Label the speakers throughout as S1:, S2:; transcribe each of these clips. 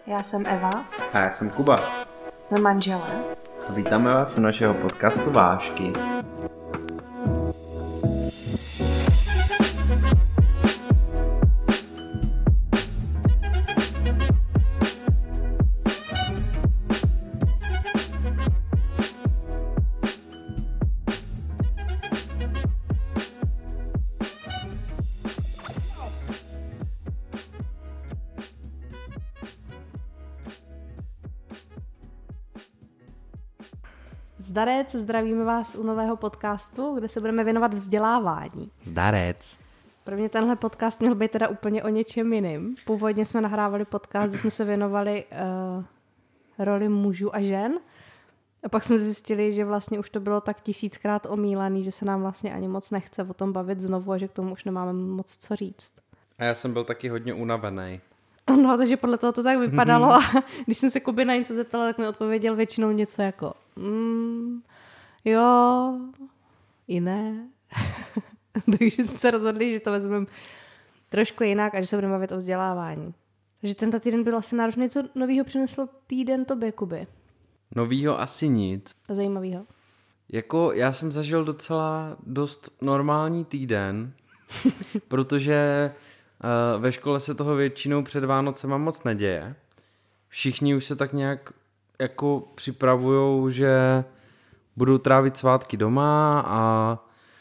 S1: Já jsem Eva.
S2: A já jsem Kuba.
S1: Jsme manželé.
S2: A vítáme vás u našeho podcastu Vážky.
S1: Zdarec, zdravíme vás u nového podcastu, kde se budeme věnovat vzdělávání.
S2: Zdarec.
S1: Pro mě tenhle podcast měl být teda úplně o něčem jiným. Původně jsme nahrávali podcast, kde jsme se věnovali roli mužů a žen. A pak jsme zjistili, že vlastně už to bylo tak 1000krát omílaný, že se nám vlastně ani moc nechce o tom bavit znovu a že k tomu už nemáme moc co říct.
S2: A já jsem byl taky hodně unavený.
S1: No, takže podle toho to tak vypadalo a když jsem se Kuby na něco zeptala, tak mi odpověděl většinou něco jako jo, i ne. Takže jsme se rozhodli, že to vezmeme trošku jinak a že se budeme bavit o vzdělávání. Takže tento týden byl asi náročný. Něco novýho přinesl týden tobě, Kuby?
S2: Novýho asi nic.
S1: A zajímavýho?
S2: Jako já jsem zažil docela dost normální týden, protože ve škole se toho většinou před Vánocema moc neděje. Všichni už se tak nějak jako připravujou, že budou trávit svátky doma a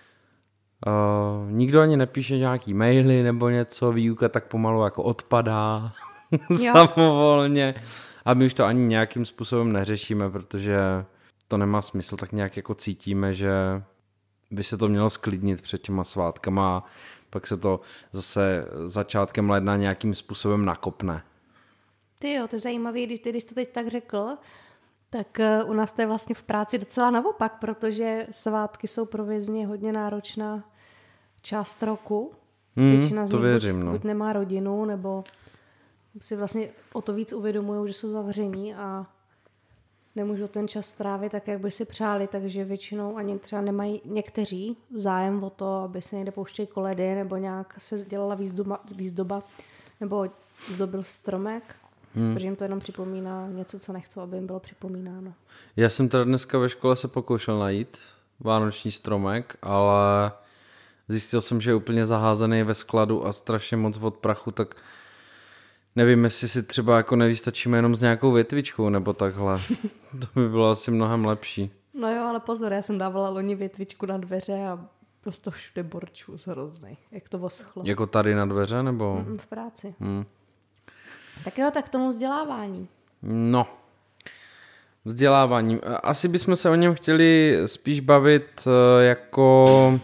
S2: nikdo ani nepíše nějaký maily nebo něco, výuka tak pomalu jako odpadá samovolně a my už to ani nějakým způsobem neřešíme, protože to nemá smysl, tak nějak jako cítíme, že by se to mělo sklidnit před těma svátkama, pak se to zase začátkem ledna nějakým způsobem nakopne.
S1: Ty jo, to je zajímavé, když ty to teď tak řekl, tak u nás to je vlastně v práci docela naopak, protože svátky jsou pro vězně hodně náročná část roku. Většina z nich buď nemá rodinu, nebo si vlastně o to víc uvědomují, že jsou zavření a nemůžou ten čas strávit tak, jak by si přáli, takže většinou ani třeba nemají někteří zájem o to, aby se někde pouštěli koledy, nebo nějak se dělala výzdoba, nebo zdobil stromek, protože jim to jenom připomíná něco, co nechcou, aby jim bylo připomínáno.
S2: Já jsem teda dneska ve škole se pokoušel najít vánoční stromek, ale zjistil jsem, že je úplně zaházený ve skladu a strašně moc od prachu, tak nevím, jestli si třeba jako nevystačíme jenom s nějakou větvičkou nebo takhle. To by bylo asi mnohem lepší.
S1: No jo, ale pozor, já jsem dávala loni větvičku na dveře a prostě všude borčus hroznej, jak to voschlo.
S2: Jako tady na dveře nebo?
S1: V práci. Tak jo, tak k tomu vzdělávání.
S2: No, vzdělávání. Asi bychom se o něm chtěli spíš bavit jako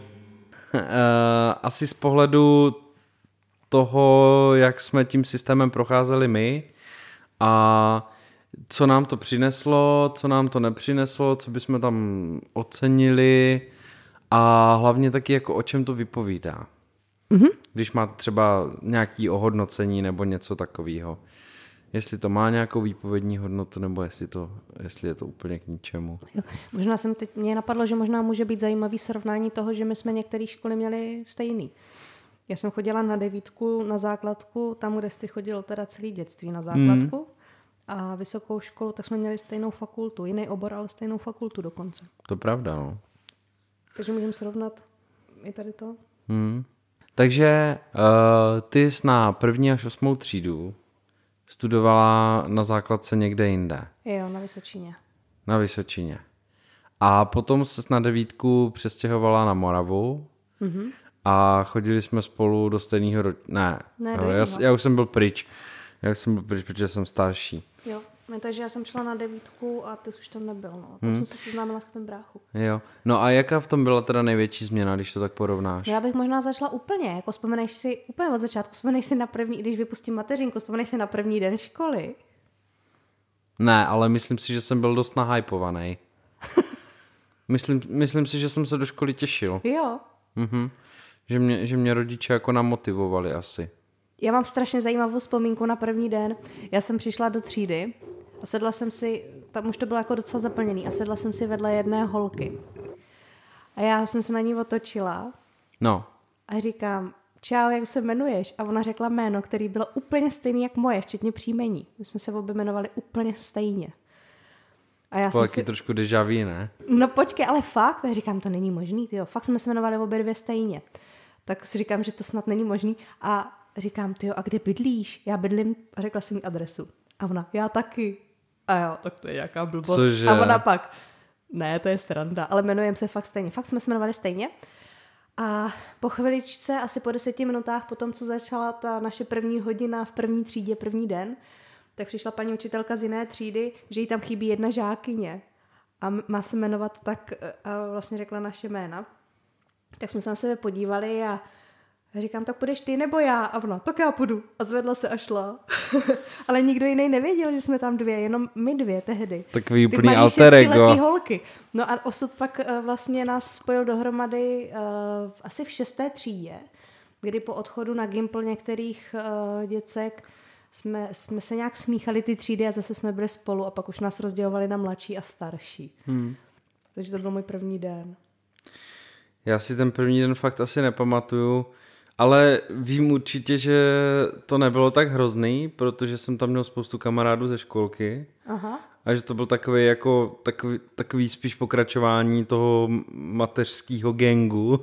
S2: asi z pohledu toho, jak jsme tím systémem procházeli my a co nám to přineslo, co nám to nepřineslo, co bychom tam ocenili a hlavně taky jako o čem to vypovídá. Když máte třeba nějaké ohodnocení nebo něco takového. Jestli to má nějakou výpovědní hodnotu nebo jestli je to úplně k ničemu.
S1: Jo. Možná mě napadlo, že možná může být zajímavý srovnání toho, že my jsme některé školy měli stejný. Já jsem chodila na 9 na základku, tam, kde jsi chodil teda celý dětství na základku a vysokou školu, tak jsme měli stejnou fakultu, jiný obor, ale stejnou fakultu dokonce.
S2: To pravda, no.
S1: Takže můžeme srovnat i tady to.
S2: Takže ty jsi na 1. až 8. třídu studovala na základce někde jinde.
S1: Jo, na Vysočině.
S2: Na Vysočině. A potom se na 9 přestěhovala na Moravu a chodili jsme spolu do stejného já už jsem byl pryč. Protože jsem starší.
S1: Jo, takže já jsem šla na 9 a ty jsi už tam nebyl. No. Tam jsem se seznámila s tvým bráchu.
S2: Jo. No a jaká v tom byla teda největší změna, když to tak porovnáš?
S1: Já bych možná začala úplně, jako vzpomeneš si, úplně od začátku, vzpomeneš si na první, když vypustím mateřinku, vzpomeneš si na první den školy.
S2: Ne, ale myslím si, že jsem byl dost nahypovaný. myslím si, že jsem se do školy těšil.
S1: Jo.
S2: Že mě rodiče jako namotivovali asi.
S1: Já mám strašně zajímavou vzpomínku na první den. Já jsem přišla do třídy a sedla jsem si, tam už to bylo jako docela zaplněný, a sedla jsem si vedle jedné holky. A já jsem se na ní otočila
S2: No.
S1: a říkám, čau, jak se jmenuješ? A ona řekla jméno, který bylo úplně stejný jak moje, včetně příjmení. My jsme se obě jmenovali úplně stejně. A já jsem si...
S2: trošku déjà vu, ne?
S1: No počkej, ale fakt, já říkám, to není možný, tyjo. Fakt jsme se jmenovali obě dvě stejně. Tak si říkám, že to snad není možný. A říkám, tyjo, a kde bydlíš? Já bydlím, a řekla jsem jí adresu. A ona, já taky. A jo, tak to je nějaká blbost.
S2: Cože?
S1: A ona pak, ne, to je sranda, ale jmenujeme se fakt stejně. Fakt jsme se jmenovali stejně. A po chviličce, asi po 10 minutách, po tom, co začala ta naše první hodina v první třídě, první den, tak přišla paní učitelka z jiné třídy, že jí tam chybí jedna žákyně a má se jmenovat tak a vlastně řekla naše jména. Tak jsme se na sebe podívali a říkám, tak půjdeš ty nebo já? A ona, tak já půjdu. A zvedla se a šla. Ale nikdo jiný nevěděl, že jsme tam dvě, jenom my dvě tehdy.
S2: Takový úplný alter ego.
S1: Ty holky. No a osud pak vlastně nás spojil dohromady asi v 6. třídě, kdy po odchodu na Gimpl některých děcek jsme se nějak smíchali ty třídy a zase jsme byli spolu a pak už nás rozdělovali na mladší a starší. Takže to byl můj první den.
S2: Já si ten první den fakt asi nepamatuju, ale vím určitě, že to nebylo tak hrozný, protože jsem tam měl spoustu kamarádů ze školky. Aha. A že to byl takový spíš pokračování toho mateřského gangu.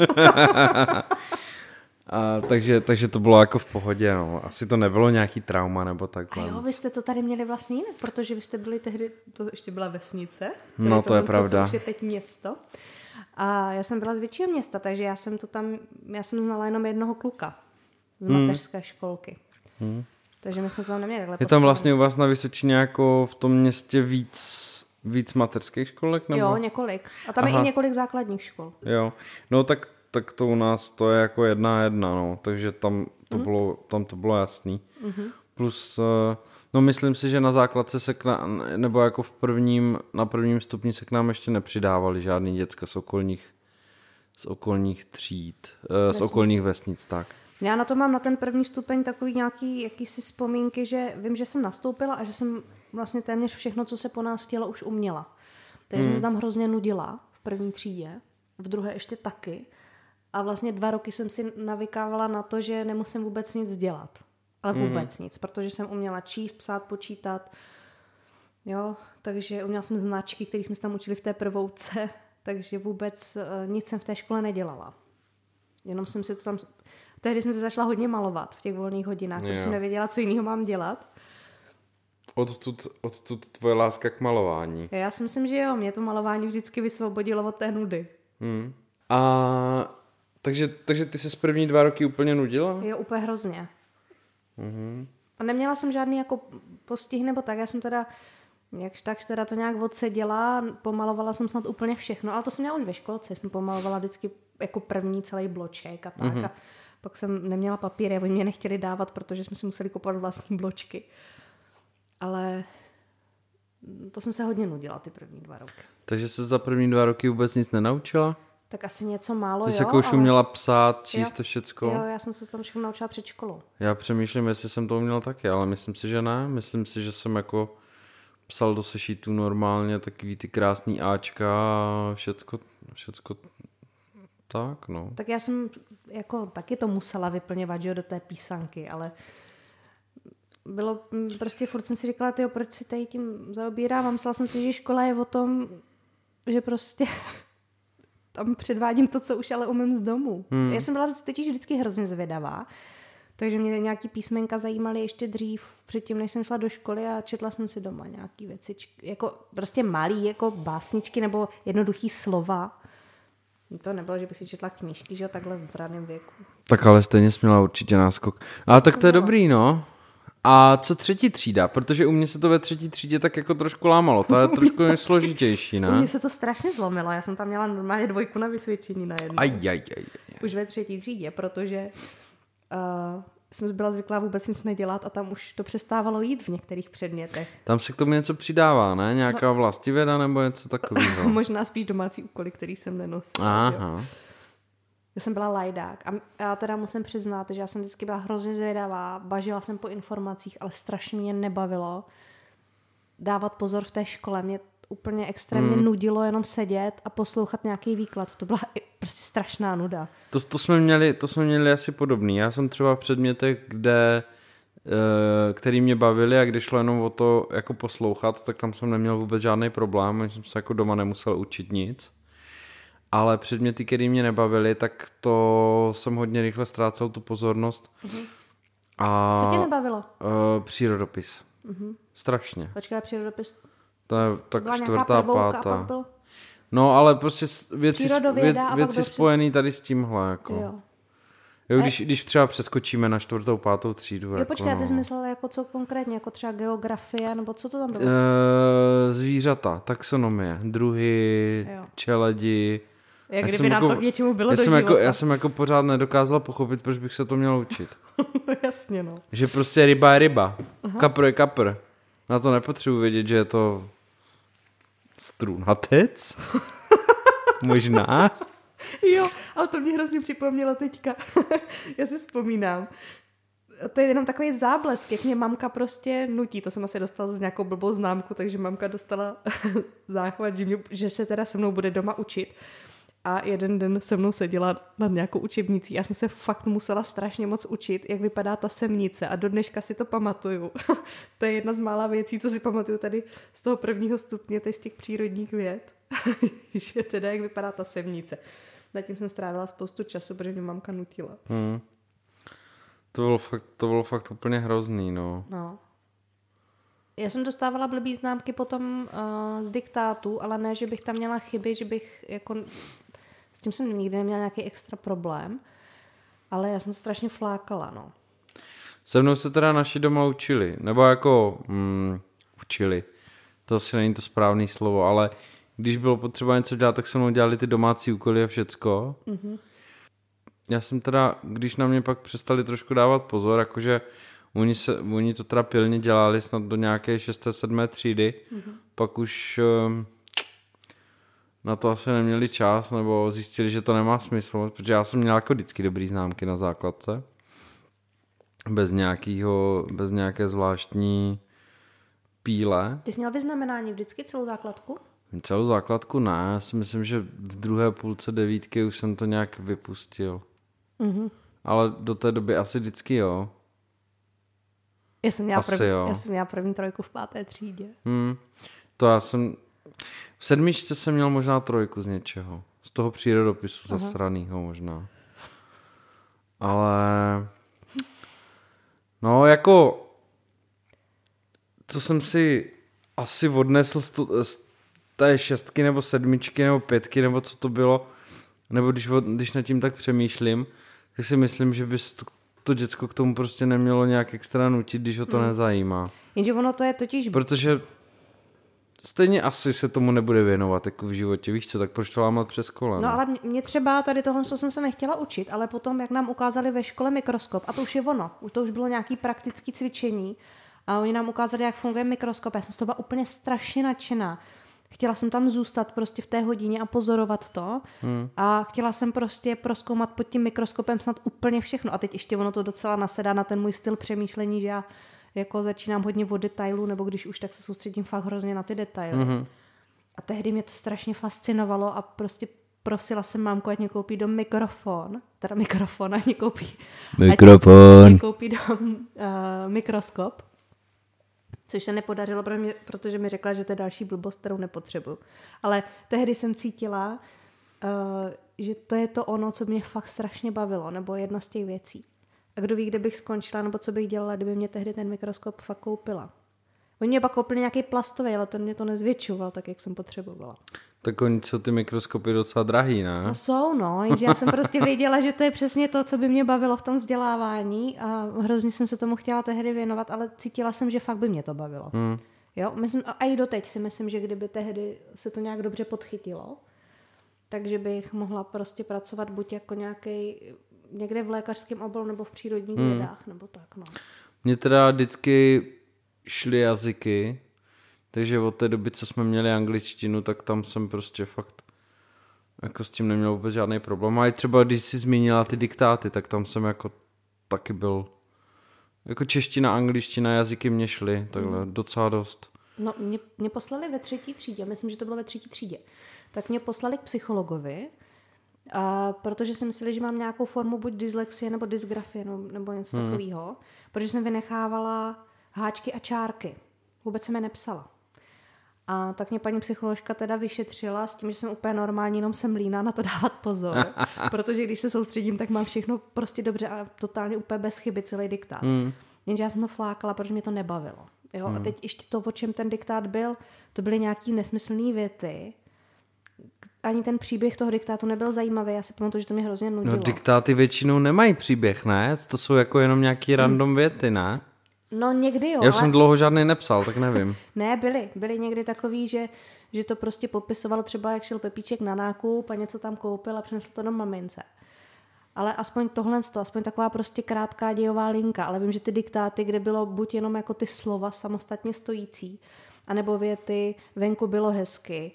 S2: A takže to bylo jako v pohodě, no. Asi to nebylo nějaký trauma nebo takhle.
S1: A jo, vy jste to tady měli vlastně jinak, protože vy jste byli tehdy, to ještě byla vesnice.
S2: No to je pravda.
S1: Co už je teď město. A já jsem byla z většího města, takže já jsem znala jenom jednoho kluka z mateřské školky. Takže my jsme to tam neměli takhle.
S2: Je tam vlastně u vás na Vysočině jako v tom městě víc mateřských školek? Nebo?
S1: Jo, několik. A tam je i několik základních škol.
S2: Jo, no tak to u nás to je jako 1:1, no, takže tam to bylo jasný. Plus, no myslím si, že na základce se nebo jako na prvním stupni se k nám ještě nepřidávali žádný děcka z okolních tříd, z okolních vesnic, tak.
S1: Já na to mám na ten první stupeň takový nějaký jakýsi vzpomínky, že vím, že jsem nastoupila a že jsem vlastně téměř všechno, co se po nás chtělo, už uměla. Takže jsem se tam hrozně nudila v první třídě, v druhé ještě taky. A vlastně 2 roky jsem si navykávala na to, že nemusím vůbec nic dělat. Ale vůbec nic, protože jsem uměla číst, psát, počítat. Jo, takže uměla jsem značky, které jsme tam učili v té prvouce, takže vůbec nic jsem v té škole nedělala. Jenom jsem si to tam... Tehdy jsem se začala hodně malovat v těch volných hodinách, protože jsem nevěděla, co jiného mám dělat.
S2: Odtud tvoje láska k malování.
S1: Já si myslím, že jo, mě to malování vždycky vysvobodilo od té nudy.
S2: A takže ty se z první 2 roky úplně nudila?
S1: Jo, úplně hrozně. A neměla jsem žádný jako postih nebo tak, já jsem teda jakž tak teda to nějak odseděla, pomalovala jsem snad úplně všechno, ale to jsem měla už ve školce, jsem pomalovala vždycky jako první celý bloček a tak a pak jsem neměla papíry a oni mě nechtěli dávat, protože jsme si museli kupovat vlastní bločky. Ale to jsem se hodně nudila ty první 2 roky.
S2: Takže se za první 2 roky vůbec nic nenaučila?
S1: Tak asi něco málo,
S2: Ty jsi jako už uměla psát, číst to všecko?
S1: Jo, já jsem se tam všechno naučila před školou.
S2: Já přemýšlím, jestli jsem to uměla taky, ale myslím si, že ne. Myslím si, že jsem jako psal do sešitu normálně takový ty krásný áčka a všecko tak, no.
S1: Tak já jsem jako taky to musela vyplňovat, že jo, do té písanky, ale bylo prostě furt jsem si říkala, tyjo, proč si tady tím zaobírám a myslela jsem si, že škola je o tom, že prostě tam předvádím to, co už ale umím z domu. Já jsem byla totiž vždycky hrozně zvědavá, takže mě nějaký písmenka zajímaly ještě dřív, předtím, než jsem šla do školy a četla jsem si doma nějaký věcičky, jako prostě malý, jako básničky nebo jednoduchý slova. To nebylo, že bych si četla knížky, že jo, takhle v raném věku.
S2: Tak ale stejně jsi měla určitě náskok. Ale tak to je dobrý, no. A co 3. třída? Protože u mě se to ve 3. třídě tak jako trošku lámalo. To je trošku složitější, ne?
S1: U mě se to strašně zlomilo. Já jsem tam měla normálně 2 na vysvědčení na jedno. Už ve 3. třídě, protože jsem byla zvyklá vůbec nic nedělat a tam už to přestávalo jít v některých předmětech.
S2: Tam se k tomu něco přidává, ne? Nějaká vlastivěda nebo něco takového?
S1: Možná spíš domácí úkoly, který jsem nenosila. Aha. Já jsem byla lajdák a já teda musím přiznat, že já jsem vždycky byla hrozně zvědavá, bažila jsem po informacích, ale strašně mě nebavilo dávat pozor v té škole. Mě úplně extrémně nudilo jenom sedět a poslouchat nějaký výklad. To byla prostě strašná nuda.
S2: To jsme měli asi podobný. Já jsem třeba v předmětech, který mě bavili a když šlo jenom o to jako poslouchat, tak tam jsem neměl vůbec žádný problém, jsem se jako doma nemusel učit nic. Ale předměty, které mě nebavily, tak to jsem hodně rychle ztrácel tu pozornost. A
S1: co tě nebavilo?
S2: Přírodopis. Strašně.
S1: Počkej, přírodopis.
S2: To je tak
S1: byla
S2: 4.,
S1: nějaká prvouka,
S2: 5.
S1: a pak byl...
S2: No, ale prostě věci spojené tady s tímhle. Jako. Jo, když třeba přeskočíme na 4., 5. třídu.
S1: Jo, počkej, ty jsi myslel jako co konkrétně, jako třeba geografie, nebo co to tam bylo?
S2: Zvířata, taxonomie, druhy, čeledi.
S1: Jak kdyby nám to k něčemu bylo do života.
S2: Já jsem jako pořád nedokázal pochopit, proč bych se to měl učit.
S1: Jasně, no.
S2: Že prostě ryba je ryba, kapr je kapr. Na to nepotřebuji vědět, že je to strunatec. Možná.
S1: Jo, ale to mě hrozně připomnělo teďka. Já si vzpomínám. To je jenom takový záblesk, jak mě mamka prostě nutí. To jsem asi dostala z nějakou blbou známku, takže mamka dostala záchvat, že se teda se mnou bude doma učit. A jeden den se mnou seděla nad nějakou učebnicí. Já jsem se fakt musela strašně moc učit, jak vypadá ta semnice. A do dneška si to pamatuju. To je jedna z mála věcí, co si pamatuju tady z toho 1. stupně, z těch přírodních věd. Že teda, jak vypadá ta semnice. Zatím jsem strávila spoustu času, protože mě mamka nutila.
S2: To bylo fakt úplně hrozný, no.
S1: Já jsem dostávala blbý známky potom z diktátu, ale ne, že bych tam měla chyby, že bych jako... S tím jsem nikdy neměla nějaký extra problém, ale já jsem strašně flákala, no.
S2: Se mnou se teda naši doma učili, nebo jako učili. To asi není to správné slovo, ale když bylo potřeba něco dělat, tak se mnou dělali ty domácí úkoly a všecko. Já jsem teda, když na mě pak přestali trošku dávat pozor, jakože oni to teda pilně dělali snad do nějaké 6., 7. třídy, pak už na to asi neměli čas, nebo zjistili, že to nemá smysl, protože já jsem měl jako vždycky dobrý známky na základce, bez nějaké zvláštní píle.
S1: Ty jsi měl vyznamenání vždycky celou základku?
S2: Celou základku ne, já si myslím, že v druhé půlce 9. už jsem to nějak vypustil. Ale do té doby asi vždycky jo.
S1: Já jsem měla první 3 v 5. třídě.
S2: To já jsem... V 7. jsem měl možná 3 z něčeho. Z toho přírodopisu zasranýho možná. Ale... No jako... Co jsem si asi odnesl z té 6. nebo 7. nebo 5. nebo co to bylo, nebo když nad tím tak přemýšlím, tak si myslím, že bys to děcko k tomu prostě nemělo nějak extra nutit, když ho to nezajímá.
S1: Jenže ono to je totiž...
S2: Protože stejně asi se tomu nebude věnovat jako v životě, víš co, tak proč to lámat přes koleno?
S1: No ale mě třeba tady tohle, co jsem se nechtěla učit, ale potom, jak nám ukázali ve škole mikroskop, a to už je ono, to už bylo nějaký praktický cvičení, a oni nám ukázali, jak funguje mikroskop, já jsem z toho byla úplně strašně nadšená. Chtěla jsem tam zůstat prostě v té hodině a pozorovat to a chtěla jsem prostě prozkoumat pod tím mikroskopem snad úplně všechno. A teď ještě ono to docela nasedá na ten můj styl přemýšlení, že já jako začínám hodně od detailů, nebo když už, tak se soustředím fakt hrozně na ty detaily. A tehdy mě to strašně fascinovalo a prostě prosila jsem mámku, ať mě koupí do mikrofon, ať mě koupí mikroskop. Což se nepodařilo, protože mi řekla, že to je další blbost, kterou nepotřebuju. Ale tehdy jsem cítila, že to je to ono, co mě fakt strašně bavilo, nebo jedna z těch věcí. A kdo ví, kde bych skončila, nebo co bych dělala, kdyby mě tehdy ten mikroskop fakt koupila. Oni mě pak koupili nějaký plastový, ale ten mě to nezvětšoval tak, jak jsem potřebovala.
S2: Tak oni jsou ty mikroskopy docela drahý, ne?
S1: No jsou, no. Jenže já jsem prostě věděla, že to je přesně to, co by mě bavilo v tom vzdělávání a hrozně jsem se tomu chtěla tehdy věnovat, ale cítila jsem, že fakt by mě to bavilo. Jo, myslím, a i doteď si myslím, že kdyby tehdy se to nějak dobře podchytilo, takže bych mohla prostě pracovat buď jako někde v lékařském oboru nebo v přírodních vědách, nebo tak, no.
S2: Mně teda vždycky šly jazyky, takže od té doby, co jsme měli angličtinu, tak tam jsem prostě fakt jako s tím neměl vůbec žádný problém. A i třeba, když jsi zmínila ty diktáty, tak tam jsem jako taky byl. Jako čeština, angličtina, jazyky mě šly, takhle docela dost.
S1: No, mě poslali ve 3. třídě, myslím, že to bylo ve 3. třídě, tak mě poslali k psychologovi protože si mysleli, že mám nějakou formu buď dyslexie nebo dysgrafie nebo něco takového, protože jsem vynechávala háčky a čárky. Vůbec jsem je nepsala. A tak mě paní psycholožka teda vyšetřila s tím, že jsem úplně normální, jenom jsem líná na to dávat pozor, protože když se soustředím, tak mám všechno prostě dobře a totálně úplně bez chyby celý diktát. Jenže já jsem to flákala, protože mě to nebavilo. Jo? A teď ještě to, o čem ten diktát byl, to byly nějaký nesmyslné věty. Ani ten příběh toho diktátu nebyl zajímavý, já si pamatuju, že to mě hrozně nudilo.
S2: No diktáty většinou nemají příběh, ne? To jsou jako jenom nějaký random věty, ne?
S1: No někdy jo.
S2: Já jsem dlouho žádný nepsal, tak nevím.
S1: Ne, byly někdy takový, že to prostě popisovalo třeba, jak šel Pepíček na nákup a něco tam koupil a přinesl to do mamince. Ale aspoň aspoň taková prostě krátká dějová linka, ale vím, že ty diktáty, kde bylo buď jenom jako ty slova samostatně stojící, anebo věty venku bylo hezky,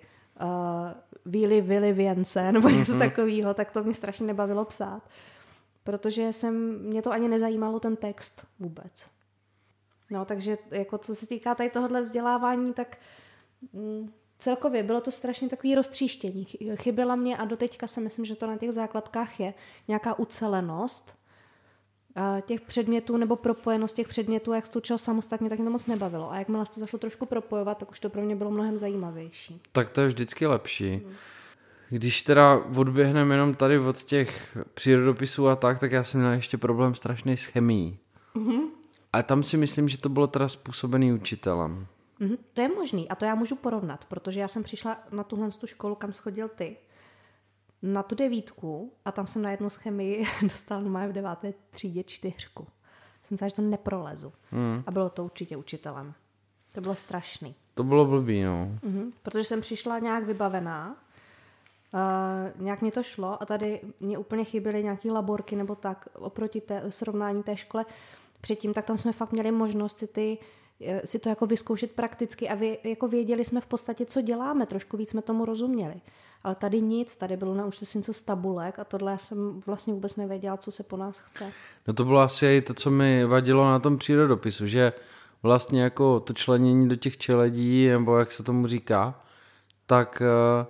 S1: vili věnce, nebo něco takového, tak to mě strašně nebavilo psát. Protože mě to ani nezajímalo ten text vůbec. No, takže jako co se týká tady tohohle vzdělávání, tak celkově bylo to strašně takový roztříštění. Chyběla mě a doteďka si myslím, že to na těch základkách je nějaká ucelenost těch předmětů nebo propojenost těch předmětů, jak se to učil samostatně, tak mě to moc nebavilo. A jakmile se to zašlo trošku propojovat, tak už to pro mě bylo mnohem zajímavější.
S2: Tak to je vždycky lepší. Když teda odběhneme jenom tady od těch přírodopisů a tak já jsem měl ještě problém strašný s chemií. A tam si myslím, že to bylo teda způsobený učitelem.
S1: To je možný a to já můžu porovnat, protože já jsem přišla na tuhle školu, kam schodil ty, na tu 9 a tam jsem najednou z chemii dostala v 9. třídě 4. Jsem myslela, že to neprolezu. A bylo to určitě učitelem. To bylo strašný.
S2: To bylo blbý, no.
S1: Protože jsem přišla nějak vybavená, nějak mi to šlo a tady mě úplně chyběly nějaký laborky nebo tak oproti srovnání té škole předtím, tak tam jsme fakt měli možnost si to jako vyzkoušet prakticky a jako věděli jsme v podstatě, co děláme, trošku víc jsme tomu rozuměli. Ale tady nic, tady bylo naučit si něco z tabulek a tohle já jsem vlastně vůbec nevěděla, co se po nás chce.
S2: No to bylo asi i to, co mi vadilo na tom přírodopisu, že vlastně jako to členění do těch čeledí, nebo jak se tomu říká, tak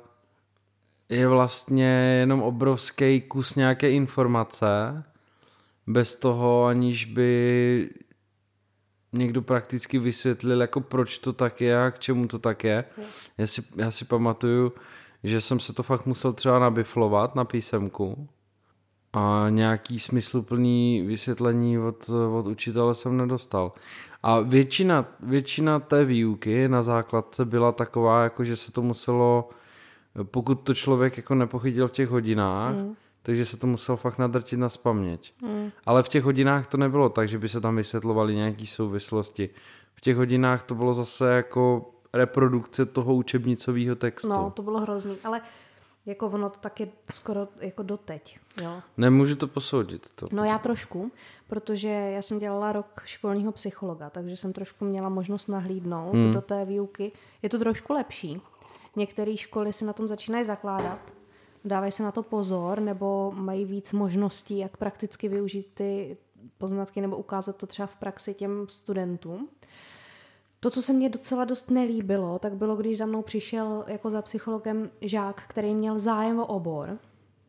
S2: je vlastně jenom obrovský kus nějaké informace, bez toho, aniž by někdo prakticky vysvětlil, jako proč to tak je a k čemu to tak je. Já si pamatuju, že jsem se to fakt musel třeba nabiflovat na písemku a nějaký smysluplný vysvětlení od učitele jsem nedostal. A většina té výuky na základce byla taková, jako že se to muselo, pokud to člověk jako nepochytil v těch hodinách, takže se to musel fakt nadrtit na spaměť. Ale v těch hodinách to nebylo tak, že by se tam vysvětlovaly nějaké souvislosti. V těch hodinách to bylo zase jako reprodukce toho učebnicového textu.
S1: No, to bylo hrozný, ale jako ono to tak je skoro jako doteď. Jo.
S2: Nemůžu to posoudit.
S1: No já trošku, protože já jsem dělala rok školního psychologa, takže jsem trošku měla možnost nahlídnout do té výuky. Je to trošku lepší. Některé školy se na tom začínají zakládat, dávají se na to pozor, nebo mají víc možností, jak prakticky využít ty poznatky nebo ukázat to třeba v praxi těm studentům. To, co se mně docela dost nelíbilo, tak bylo, když za mnou přišel jako za psychologem žák, který měl zájem o obor,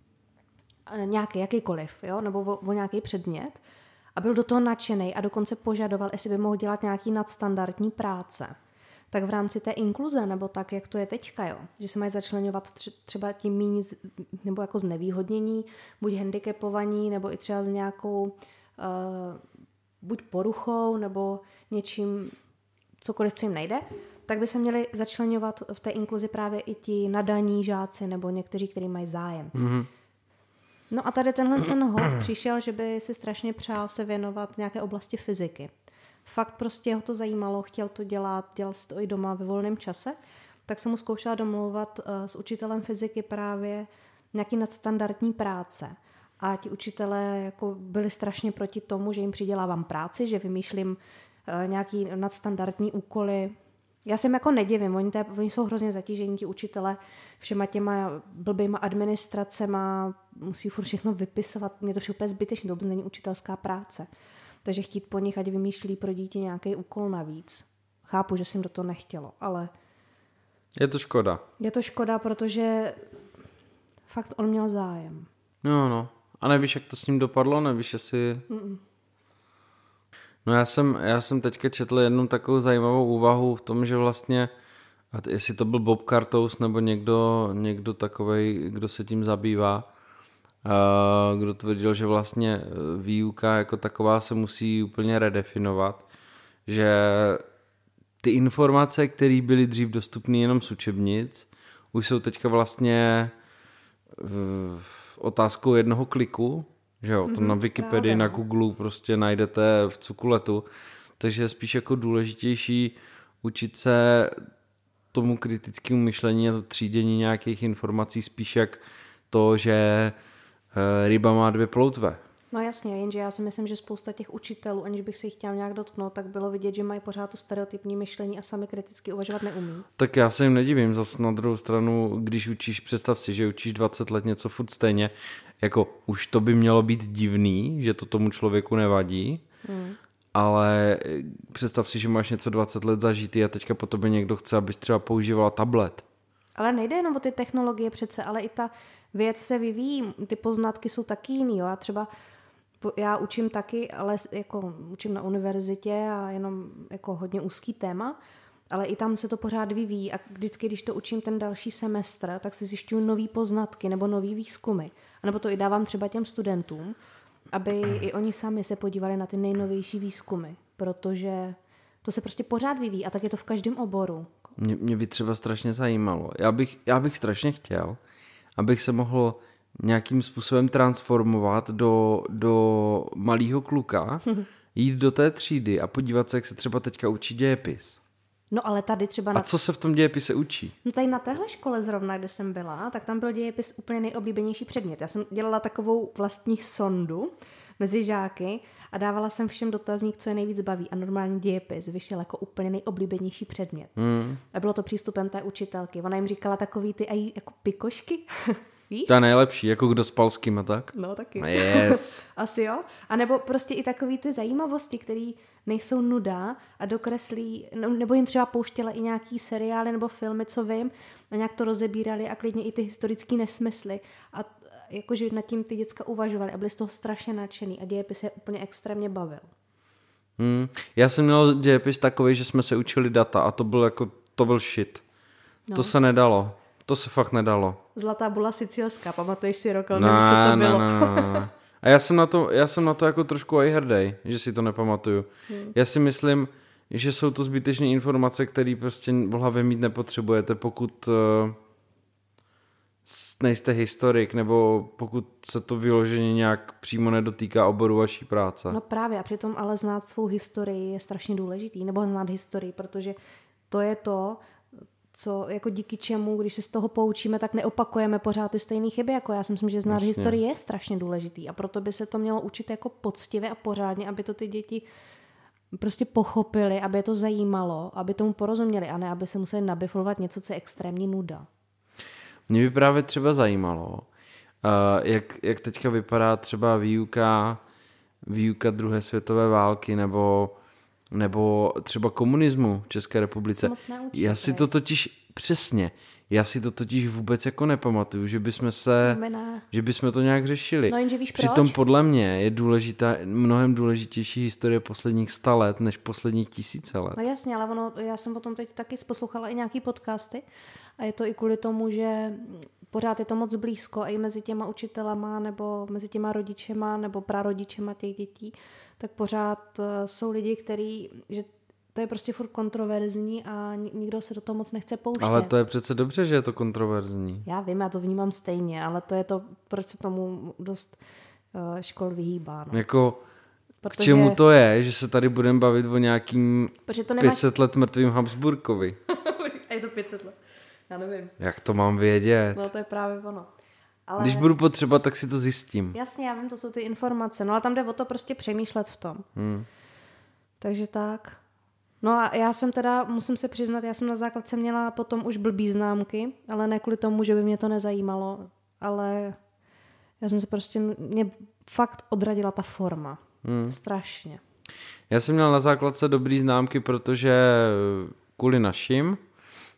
S1: nějaký, jakýkoliv, jo? Nebo o nějaký předmět a byl do toho nadšený a dokonce požadoval, jestli by mohl dělat nějaký nadstandardní práce. Tak v rámci té inkluze, nebo tak, jak to je teďka, jo? Že se mají začleňovat třeba tím míň nebo jako znevýhodnění, buď handicapovaní, nebo i třeba s nějakou buď poruchou, nebo něčím, cokoliv, co jim nejde, tak by se měli začleňovat v té inkluzi právě i ti nadaní žáci, nebo někteří, kteří mají zájem. No a tady ten hod přišel, že by si strašně přál se věnovat nějaké oblasti fyziky. Fakt prostě ho to zajímalo, chtěl to dělat, dělal si to i doma ve volném čase, tak jsem mu zkoušela domlouvat s učitelem fyziky právě nějaký nadstandardní práce. A ti učitelé jako byli strašně proti tomu, že jim přidělávám práci, že vymýšlím nějaký nadstandardní úkoly. Já se jim jako nedivím, oni jsou hrozně zatížení, ti učitelé, všema těma blbýma administracema, musí furt všechno vypisovat, mě to všechno úplně zbytečné, to vůbec není učitelská práce. Takže chtít po nich, ať vymýšlí pro dítě nějaký úkol navíc. Chápu, že jsem do toho nechtělo, ale...
S2: Je to škoda.
S1: Je to škoda, protože Fakt on měl zájem.
S2: No. A nevíš, jak to s ním dopadlo? Nevíš, jestli... No já jsem teďka četl jednu takovou zajímavou úvahu v tom, že vlastně, jestli to byl Bob Cartous nebo někdo takovej, kdo se tím zabývá, kdo tvrdil, že vlastně výuka jako taková se musí úplně redefinovat, že ty informace, které byly dřív dostupné jenom z učebnic, už jsou teďka vlastně otázkou jednoho kliku, že jo, to na Wikipedii, na Google prostě najdete v cukuletu, takže je spíš jako důležitější učit se tomu kritickému myšlení a to třídění nějakých informací spíš jak to, že ryba má 2 ploutve.
S1: No jasně, jenže já si myslím, že spousta těch učitelů, aniž bych se jich chtěla nějak dotknout, tak bylo vidět, že mají pořád to stereotypní myšlení a sami kriticky uvažovat neumí.
S2: Tak já se jim nedivím, zase na druhou stranu, když učíš, představ si, že učíš 20 let něco furt stejně, jako už to by mělo být divný, že to tomu člověku nevadí, ale představ si, že máš něco 20 let zažitý a teďka po tobě někdo chce, abys třeba používala tablet.
S1: Ale nejde jenom o ty technologie přece, ale i ta věc se vyvíjí, ty poznatky jsou taky jiný, jo, a třeba já učím taky, ale jako učím na univerzitě a jenom jako hodně úzký téma, ale i tam se to pořád vyvíjí a vždycky, když to učím ten další semestr, tak si zjišťuju nový poznatky nebo nový výzkumy. A nebo to i dávám třeba těm studentům, aby i oni sami se podívali na ty nejnovější výzkumy, protože to se prostě pořád vyvíjí a tak je to v každém oboru.
S2: Mě by třeba strašně zajímalo. Já bych strašně chtěl, abych se mohl nějakým způsobem transformovat do malého kluka, jít do té třídy a podívat se, jak se třeba teďka učí dějepis.
S1: No ale tady třeba...
S2: A co se v tom dějepise učí?
S1: No tady na téhle škole zrovna, kde jsem byla, tak tam byl dějepis úplně nejoblíbenější předmět. Já jsem dělala takovou vlastní sondu mezi žáky a dávala jsem všem dotazník, co je nejvíc baví a normální dějepis vyšel jako úplně nejoblíbenější předmět. A bylo to přístupem té učitelky. Ona jim říkala takový ty aj jako pikošky. Víš?
S2: To je nejlepší, jako kdo spal s kým a tak.
S1: No taky.
S2: Yes.
S1: Asi jo. A nebo prostě i takový ty zajímavosti, které nejsou nuda a dokreslí, nebo jim třeba pouštěla i nějaký seriály nebo filmy, co vím, a nějak to rozebírali a klidně i ty historické nesmysly. A jakože nad tím ty děcka uvažovali a byli z toho strašně nadšený a dějepis je úplně extrémně bavil.
S2: Já jsem měl dějepis takový, že jsme se učili data a to byl shit. No. To se nedalo. To se fakt nedalo.
S1: Zlatá bula sicilská, pamatuješ si rok, ale nevíš, co to bylo.
S2: No. A já jsem na to jako trošku aj hrdý, že si to nepamatuju. Já si myslím, že jsou to zbytečné informace, které prostě v hlavě mít nepotřebujete, pokud nejste historik, nebo pokud se to vyloženě nějak přímo nedotýká oboru vaší práce.
S1: No právě, a přitom ale znát svou historii je strašně důležitý, nebo znát historii, protože to je to, co jako díky čemu, když se z toho poučíme, tak neopakujeme pořád ty stejné chyby. Jako já si myslím, že znát historii je strašně důležitý a proto by se to mělo učit jako poctivě a pořádně, aby to ty děti prostě pochopili, aby je to zajímalo, aby tomu porozuměli a ne, aby se museli nabiflovat něco, co je extrémní nuda.
S2: Mě by právě třeba zajímalo, jak teďka vypadá třeba výuka druhé světové války nebo třeba komunismu v České republice. Já si to totiž vůbec jako nepamatuju, že bychom to nějak řešili.
S1: No jenže víš proč?
S2: Přitom podle mě je mnohem důležitější historie posledních 100 let, než posledních 1000 let.
S1: No jasně, ale já jsem potom teď taky poslouchala i nějaký podcasty a je to i kvůli tomu, že pořád je to moc blízko a i mezi těma učitelama nebo mezi těma rodičema nebo prarodičema těch dětí, tak pořád jsou lidi, že to je prostě furt kontroverzní a nikdo se do toho moc nechce pouštět.
S2: Ale to je přece dobře, že je to kontroverzní.
S1: Já vím, já to vnímám stejně, ale to je to, proč se tomu dost škol vyhýbá. No.
S2: Jako, k čemu to je, že se tady budeme bavit o nějakým 500 let mrtvým Habsburkovi?
S1: A je to 500 let, já nevím.
S2: Jak to mám vědět?
S1: No to je právě ono. Ale...
S2: Když budu potřebovat, tak si to zjistím.
S1: Jasně, já vím, to jsou ty informace, no a tam jde o to prostě přemýšlet v tom. Takže tak. No a já jsem teda, musím se přiznat, já jsem na základce měla potom už blbý známky, ale ne kvůli tomu, že by mě to nezajímalo, ale já jsem se prostě, mě fakt odradila ta forma. Strašně.
S2: Já jsem měl na základce dobrý známky, protože kvůli našim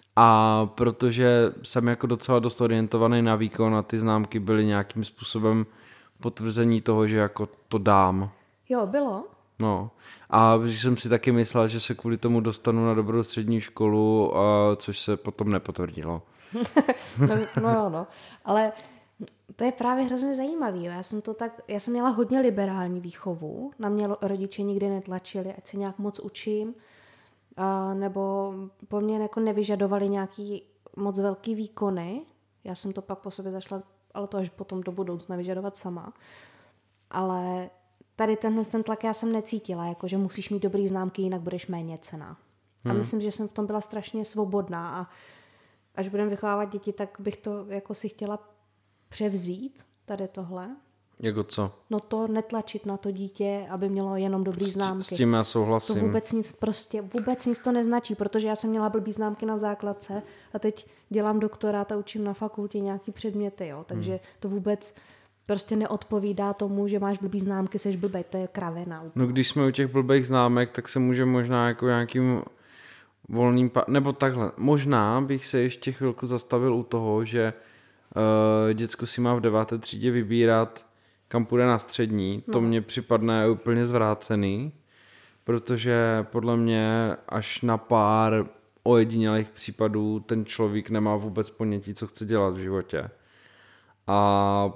S2: A protože jsem jako docela dost orientovaný na výkon a ty známky byly nějakým způsobem potvrzení toho, že jako to dám.
S1: Jo, bylo.
S2: No. A když jsem si taky myslel, že se kvůli tomu dostanu na dobrou střední školu, což se potom nepotvrdilo.
S1: no. Ale to je právě hrozně zajímavý. Já jsem měla hodně liberální výchovu. Na mě rodiče nikdy netlačili, ať se nějak moc učím. Nebo po mně jako nevyžadovali nějaký moc velký výkony. Já jsem to pak po sobě zašla, ale to až potom do budoucna vyžadovat sama. Ale tady ten tlak já jsem necítila, jako že musíš mít dobrý známky, jinak budeš méně cenná. A myslím, že jsem v tom byla strašně svobodná a až budeme vychovávat děti, tak bych to jako si chtěla převzít, tady tohle.
S2: Jako co?
S1: No to netlačit na to dítě, aby mělo jenom dobrý známky.
S2: S tím já souhlasím.
S1: To vůbec nic to neznačí, protože já jsem měla blbý známky na základce a teď dělám doktorát a učím na fakultě nějaký předměty, jo. Takže to vůbec prostě neodpovídá tomu, že máš blbý známky, seš blbej, to je kravina.
S2: No když jsme u těch blbých známek, tak se můžeme možná jako nějakým volným, nebo takhle, možná bych se ještě chvilku zastavil u toho, že děcko si má v 9. třídě vybírat, kam půjde na střední. To mně připadne úplně zvrácený, protože podle mě až na pár ojedinělých případů ten člověk nemá vůbec ponětí, co chce dělat v životě. A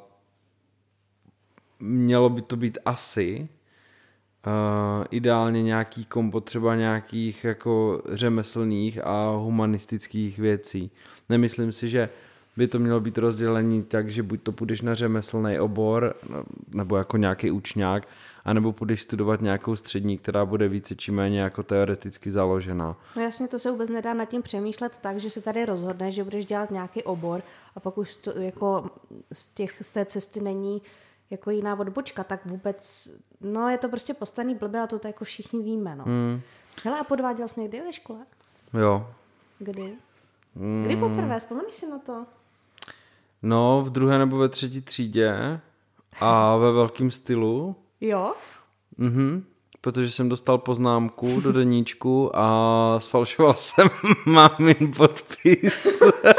S2: mělo by to být asi ideálně nějaký kombo třeba nějakých jako řemeslných a humanistických věcí. Nemyslím si, že by to mělo být rozdělení tak, že buď to půjdeš na řemeslný obor, nebo jako nějaký učňák, anebo půjdeš studovat nějakou střední, která bude více či méně jako teoreticky založená.
S1: No jasně, to se vůbec nedá nad tím přemýšlet tak, že se tady rozhodneš, že budeš dělat nějaký obor a pak už to, jako z té cesty není jako jiná odbočka, tak vůbec, no je to prostě postavený blbě a to jako všichni víme, no. Hele, a podváděl jsi někdy ve škole?
S2: Jo.
S1: Kdy? Kdy poprvé? Vzpomeneš si na to?
S2: No, v 2. nebo ve 3. třídě a ve velkém stylu.
S1: Jo?
S2: Protože jsem dostal poznámku do deníčku a sfalšoval jsem mámin podpis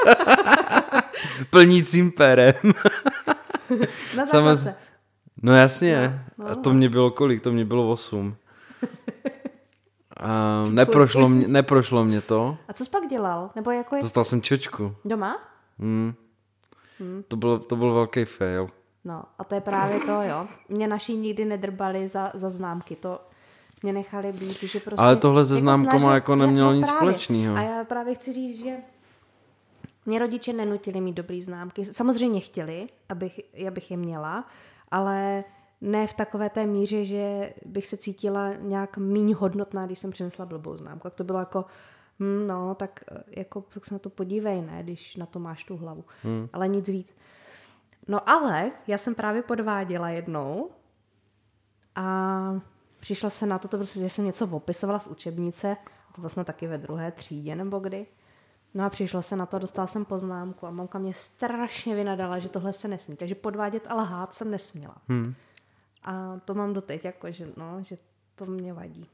S2: plnícím perem.
S1: Na základce.
S2: No jasně. No. A to mě bylo kolik? To mě bylo 8. Neprošlo mě to.
S1: A co jsi pak dělal? Nebo jako
S2: Dostal jsem čočku.
S1: Doma?
S2: To byl velký fail.
S1: No a to je právě to, jo. Mě naši nikdy nedrbali za známky. To mě nechali být, že prostě...
S2: Ale tohle se známkama jako nemělo nic společného.
S1: A já právě chci říct, že mě rodiče nenutili mít dobrý známky. Samozřejmě chtěli, abych je měla, ale ne v takové té míře, že bych se cítila nějak míň hodnotná, když jsem přinesla blbou známku. Jak to bylo jako, no, tak se na to podívej, ne, když na to máš tu hlavu. Ale nic víc. No ale já jsem právě podváděla jednou a přišla se na to prostě, že jsem něco opisovala z učebnice, to vlastně taky ve 2. třídě nebo kdy. No a přišlo se na to, dostala jsem poznámku a mamka mě strašně vynadala, že tohle se nesmí. Takže podvádět a lhát jsem nesměla. A to mám doteď, jako, že to mě vadí.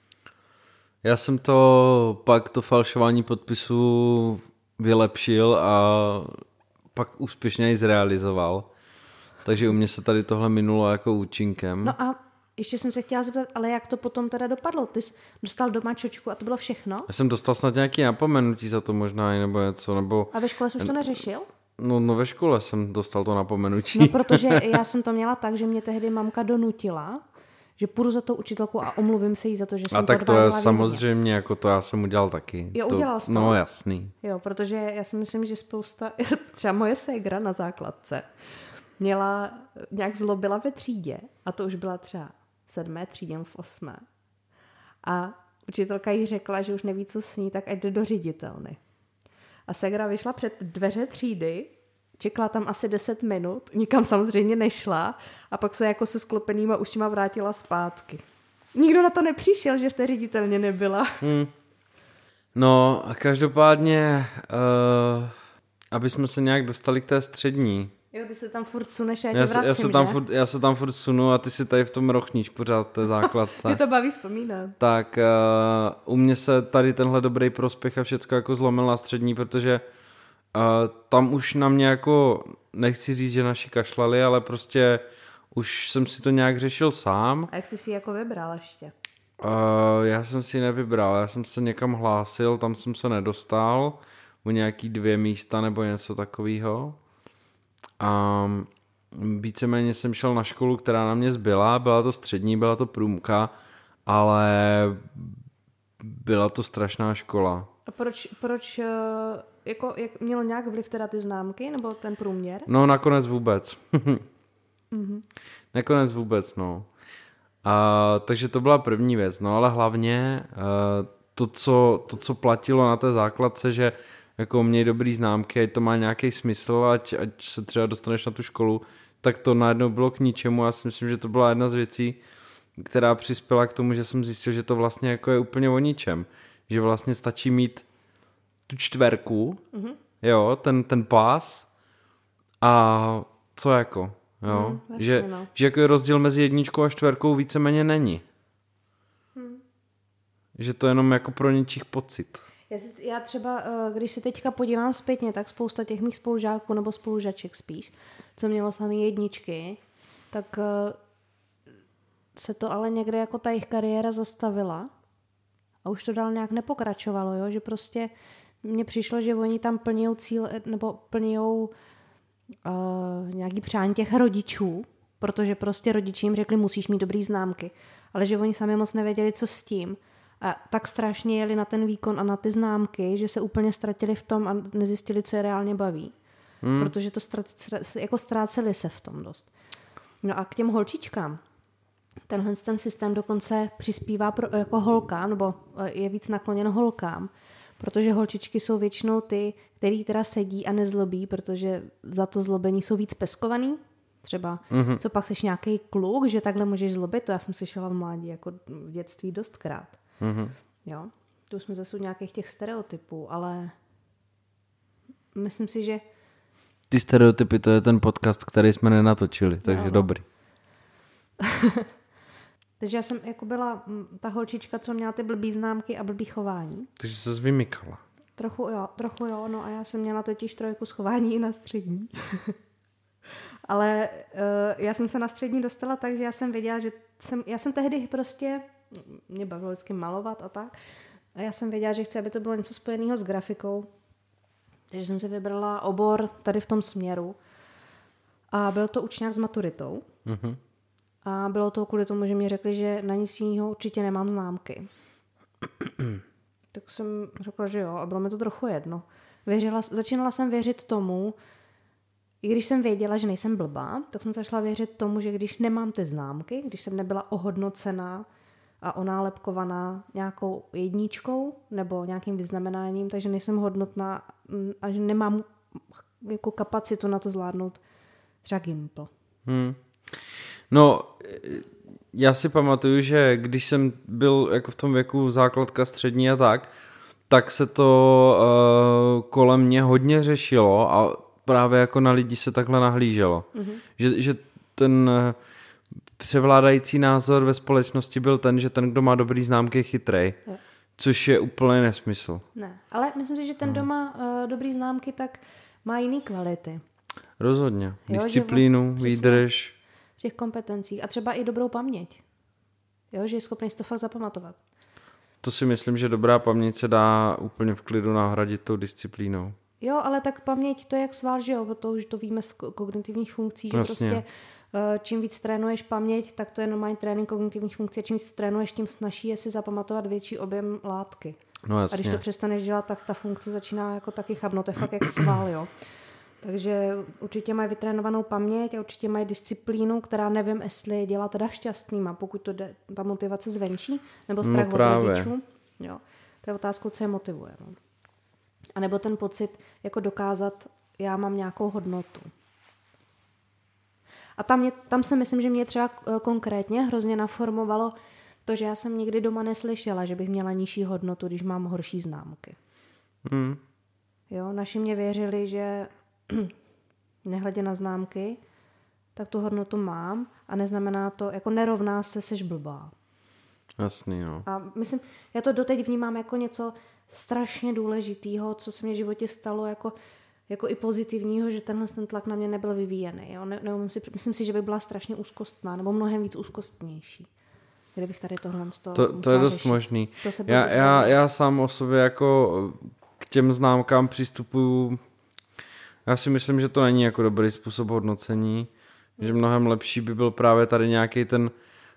S2: Já jsem to falšování podpisu vylepšil a pak úspěšně i zrealizoval. Takže u mě se tady tohle minulo jako účinkem.
S1: No a ještě jsem se chtěla zeptat, ale jak to potom teda dopadlo? Ty jsi dostal doma čočku a to bylo všechno?
S2: Já jsem dostal snad nějaký napomenutí za to možná, nebo něco, nebo...
S1: A ve škole jsi už to neřešil?
S2: No ve škole jsem dostal to napomenutí.
S1: No protože já jsem to měla tak, že mě tehdy mamka donutila, že půjdu za tou učitelkou a omluvím se jí za to, že jsem
S2: a tak to je samozřejmě, jako to já jsem udělal taky.
S1: Jo, udělal jsi to?
S2: No jasný.
S1: Jo, protože já si myslím, že spousta, třeba moje ségra na základce, nějak zlobila ve třídě a to už byla třeba v 7. třídě, v 8. A učitelka jí řekla, že už neví, co s ní, tak ať jde do ředitelny. A ségra vyšla před dveře třídy, čekala tam asi 10 minut, nikam samozřejmě nešla a pak se jako se sklopenýma ušima vrátila zpátky. Nikdo na to nepřišel, že v té ředitelně nebyla.
S2: No a každopádně, aby jsme se nějak dostali k té střední,
S1: Jo, ty se tam furt suneš a
S2: já se tam furt sunu a ty si tady v tom rochníš pořád té základce.
S1: Mě to baví vzpomínat.
S2: Tak u mě se tady tenhle dobrý prospěch a všecko jako zlomil na střední, protože tam už na mě jako, nechci říct, že naši kašlali, ale prostě už jsem si to nějak řešil sám.
S1: A jak jsi si jako vybral ještě?
S2: Já jsem si nevybral, já jsem se někam hlásil, tam jsem se nedostal, o nějaký 2 místa nebo něco takového. A víceméně jsem šel na školu, která na mě zbyla, byla to střední, byla to průmka, ale byla to strašná škola.
S1: A proč jako, jak mělo nějak vliv teda ty známky, nebo ten průměr?
S2: No nakonec vůbec. Nakonec vůbec, no. Takže to byla první věc, no ale hlavně to, co platilo na té základce, že jako měj dobrý známky, ať to má nějaký smysl, ať se třeba dostaneš na tu školu, tak to najednou bylo k ničemu. Já si myslím, že to byla jedna z věcí, která přispěla k tomu, že jsem zjistil, že to vlastně jako je úplně o ničem. Že vlastně stačí mít tu 4, jo, ten pás a co jako, jo. Že jako je rozdíl mezi 1 a 4 víceméně není. Že to je jenom jako pro něčích pocit.
S1: Já třeba, když se teďka podívám zpětně, tak spousta těch mých spolužáků nebo spolužaček spíš, co mělo samý 1, tak se to ale někde jako ta jejich kariéra zastavila a už to dál nějak nepokračovalo, jo? Že prostě mně přišlo, že oni tam plňují cíl, nebo plňují nějaký přání těch rodičů, protože prostě rodiči jim řekli, musíš mít dobrý známky, ale že oni sami moc nevěděli, co s tím. A tak strašně jeli na ten výkon a na ty známky, že se úplně ztratili v tom a nezjistili, co je reálně baví. Protože to jako ztráceli se v tom dost. No a k těm holčičkám. Ten systém dokonce přispívá jako holkám, nebo je víc nakloněn holkám, protože holčičky jsou většinou ty, který teda sedí a nezlobí, protože za to zlobení jsou víc peskovaný. Třeba, co pak seš nějaký kluk, že takhle můžeš zlobit, to já jsem slyšela v mládí, jako v dětství dostkrát. Jo, to už jsme zase u nějakých těch stereotypů, ale myslím si, že...
S2: Ty stereotypy, to je ten podcast, který jsme nenatočili, takže dobrý.
S1: Takže já jsem jako byla ta holčička, co měla ty blbý známky a blbý chování.
S2: Takže se vymykala.
S1: Trochu jo, no a já jsem měla totiž 3 schování i na střední. Ale já jsem se na střední dostala tak, že já jsem věděla, že já jsem tehdy prostě, mě bavilo vždycky malovat a tak, a já jsem věděla, že chci, aby to bylo něco spojeného s grafikou, takže jsem si vybrala obor tady v tom směru a byl to učňák s maturitou. A bylo to kvůli tomu, že mi řekli, že na nic jiného určitě nemám známky. Tak jsem řekla, že jo, a bylo mi to trochu jedno. Začínala jsem věřit tomu, i když jsem věděla, že nejsem blbá, tak jsem začala věřit tomu, že když nemám ty známky, když jsem nebyla ohodnocená a onálepkovaná nějakou 1 nebo nějakým vyznamenáním, takže nejsem hodnotná a že nemám jako kapacitu na to zvládnout třeba Gimpl.
S2: No, já si pamatuju, že když jsem byl jako v tom věku základka střední a tak se to kolem mě hodně řešilo a právě jako na lidi se takhle nahlíželo. Že ten převládající názor ve společnosti byl ten, že ten, kdo má dobrý známky, je chytrej. Což je úplně nesmysl.
S1: Ne, ale myslím si, že ten, kdo má dobrý známky, tak má jiný kvality.
S2: Rozhodně. Disciplínu, výdrž.
S1: V těch kompetencích. A třeba i dobrou paměť. Jo, že je schopný si to fakt zapamatovat.
S2: To si myslím, že dobrá paměť se dá úplně v klidu nahradit tou disciplínou.
S1: Jo, ale tak paměť to je jak sval, že jo, to už to víme z kognitivních funkcí, že
S2: Jasně.
S1: prostě čím víc trénuješ paměť, tak to je normální trénink kognitivních funkcí a čím víc trénuješ, tím snazší je si zapamatovat větší objem látky.
S2: No jasně.
S1: A když to přestaneš dělat, tak ta funkce začíná jako taky chabnout, to je fakt jak sval, jo. Takže určitě mají vytrénovanou paměť a určitě mají disciplínu, která nevím, jestli je dělá teda šťastnýma, pokud to jde, ta motivace zvenčí, nebo strach od rodičů. Jo. To je otázka, co je motivuje. No. A nebo ten pocit, jako dokázat, já mám nějakou hodnotu. A tam si myslím, že mě třeba konkrétně hrozně naformovalo to, že já jsem nikdy doma neslyšela, že bych měla nižší hodnotu, když mám horší známky. Jo, naši mě věřili, že nehledě na známky, tak tu hodnotu mám a neznamená to, jako nerovná se, seš blbá.
S2: Jasný, no.
S1: A myslím, já to doteď vnímám jako něco strašně důležitého, co se mě v životě stalo jako i pozitivního, že tenhle ten tlak na mě nebyl vyvíjený. Jo? Myslím si, že by byla strašně úzkostná, nebo mnohem víc úzkostnější. Kdybych tady tohle
S2: to je dost řešit. Možný. Já sám o sobě jako k těm známkám přistupuju. Já si myslím, že to není jako dobrý způsob hodnocení, že mnohem lepší by byl právě tady nějaký ten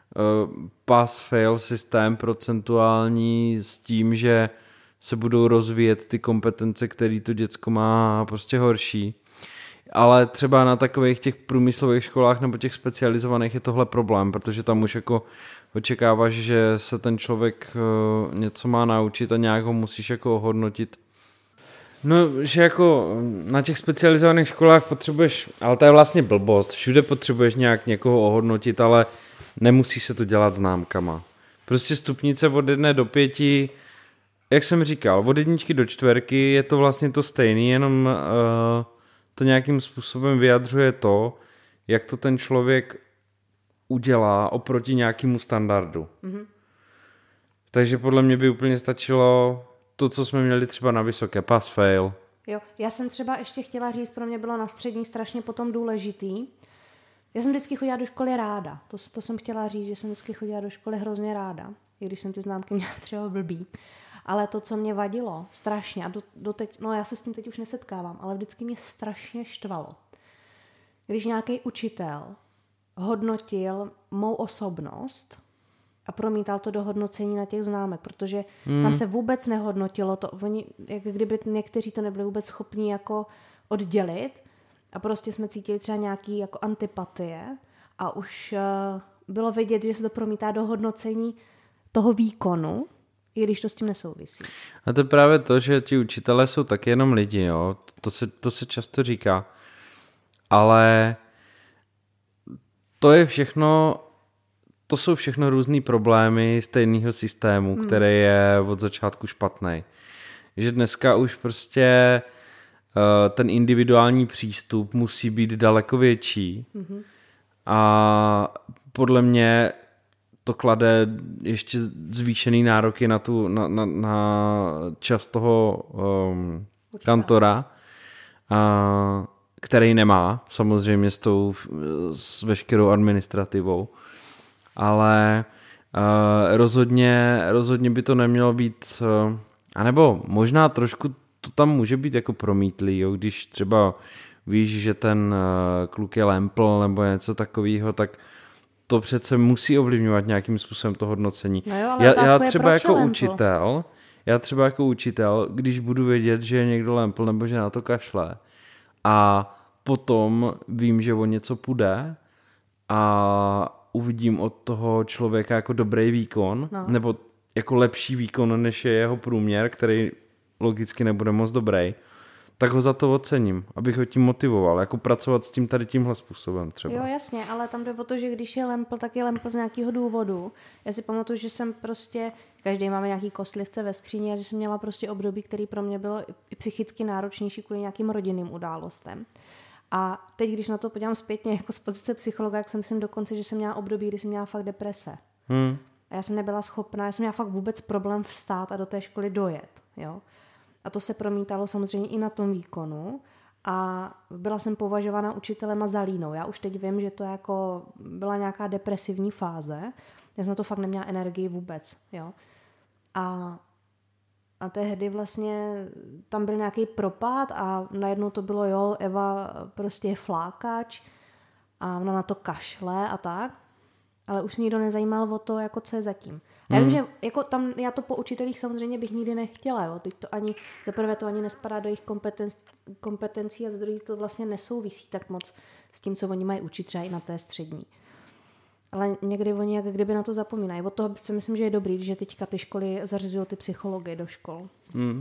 S2: pass-fail systém procentuální s tím, že se budou rozvíjet ty kompetence, které to děcko má prostě horší. Ale třeba na takových těch průmyslových školách nebo těch specializovaných je tohle problém, protože tam už jako očekáváš, že se ten člověk něco má naučit a nějak ho musíš jako ohodnotit. No, že jako na těch specializovaných školách potřebuješ, ale to je vlastně blbost, všude potřebuješ nějak někoho ohodnotit, ale nemusí se to dělat známkama. Prostě stupnice od 1 do 5, jak jsem říkal, od 1 do 4 je to vlastně to stejný, jenom to nějakým způsobem vyjadřuje to, jak to ten člověk udělá oproti nějakému standardu. Mm-hmm. Takže podle mě by úplně stačilo to, co jsme měli třeba na vysoké, pass fail.
S1: Jo, já jsem třeba ještě chtěla říct, pro mě bylo na střední strašně potom důležitý. Já jsem vždycky chodila do školy ráda. To jsem chtěla říct, že jsem vždycky chodila do školy hrozně ráda, i když jsem ty známky měla třeba blbý. Ale to, co mě vadilo strašně, a doteď, no já se s tím teď už nesetkávám, ale vždycky mě strašně štvalo, když nějaký učitel hodnotil mou osobnost a promítal to do hodnocení na těch známek, protože tam se vůbec nehodnotilo to, jak kdyby někteří to nebyli vůbec schopní jako oddělit a prostě jsme cítili třeba nějaký jako antipatie a už bylo vidět, že se to promítá do hodnocení toho výkonu, i když to s tím nesouvisí.
S2: A to je právě to, že ti učitelé jsou taky jenom lidi, jo. To se často říká. Ale to jsou všechno různý problémy stejného systému, který je od začátku špatný. Že dneska už prostě ten individuální přístup musí být daleko větší. A podle mě to klade ještě zvýšený nároky na čas toho kantora, který nemá samozřejmě s veškerou administrativou, ale rozhodně by to nemělo být, anebo možná trošku to tam může být jako promítlý, jo? Když třeba víš, že ten kluk je lempl nebo něco takového, tak to přece musí ovlivňovat nějakým způsobem to hodnocení.
S1: No jo, ale já
S2: třeba jako učitel, když budu vědět, že je někdo lempl nebo že na to kašle a potom vím, že o něco půjde a uvidím od toho člověka jako dobrý výkon, nebo jako lepší výkon, než je jeho průměr, který logicky nebude moc dobrý, tak ho za to ocením, abych ho tím motivoval, jako pracovat s tím tady tímhle způsobem třeba.
S1: Jo, jasně, ale tam jde o to, že když je lempl, tak je lempl z nějakého důvodu. Já si pamatuju, že jsem prostě, každý máme nějaký kostlivce ve skříni a že jsem měla prostě období, který pro mě bylo i psychicky náročnější kvůli nějakým rodinným událostem. A teď, když na to podívám zpětně jako z pozice psychologa, jak jsem si dokonce, že jsem měla období, kdy jsem měla fakt deprese. A já jsem nebyla schopná, já jsem měla fakt vůbec problém vstát a do té školy dojet, jo. A to se promítalo samozřejmě i na tom výkonu a byla jsem považována učitelem a za línou. Já už teď vím, že to jako byla nějaká depresivní fáze. Já jsem na to fakt neměla energii vůbec. Jo? A tehdy vlastně tam byl nějaký propad a najednou to bylo, jo, Eva prostě je flákač a ona na to kašle a tak. Ale už nikdo nezajímal o to, jako co je zatím. Já vím, že jako tam, já to po učitelích samozřejmě bych nikdy nechtěla. Jo. Teď to ani, za prvé to ani nespadá do jejich kompetencí a za druhé to vlastně nesouvisí tak moc s tím, co oni mají učit třeba i na té střední. Ale někdy oni jak kdyby na to zapomínají. Od toho si myslím, že je dobrý, že teďka ty školy zařizují ty psychology do škol.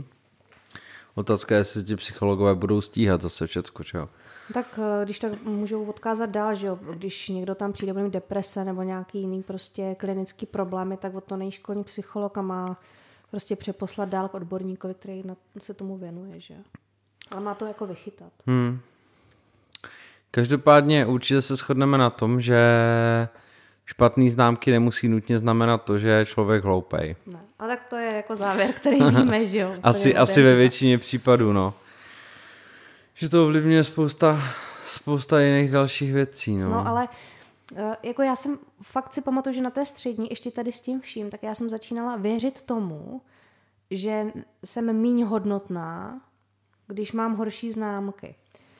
S2: Otázka je, jestli ti psychologové budou stíhat zase všecko, čo?
S1: Tak když tak můžou odkázat dál, že jo, když někdo tam přijde, bude mít deprese nebo nějaký jiný prostě klinický problémy, tak od to není školní psycholog a má prostě přeposlat dál k odborníkovi, který se tomu věnuje, že? Ale má to jako vychytat.
S2: Každopádně určitě se shodneme na tom, že špatný známky nemusí nutně znamenat to, že je člověk hloupej.
S1: Ne. A tak to je jako závěr, který víme, že jo.
S2: Asi ve většině případů, no. Že to ovlivňuje spousta jiných dalších věcí, no.
S1: No ale jako já jsem fakt si pamatuju, že na té střední, ještě tady s tím vším, tak já jsem začínala věřit tomu, že jsem míň hodnotná, když mám horší známky.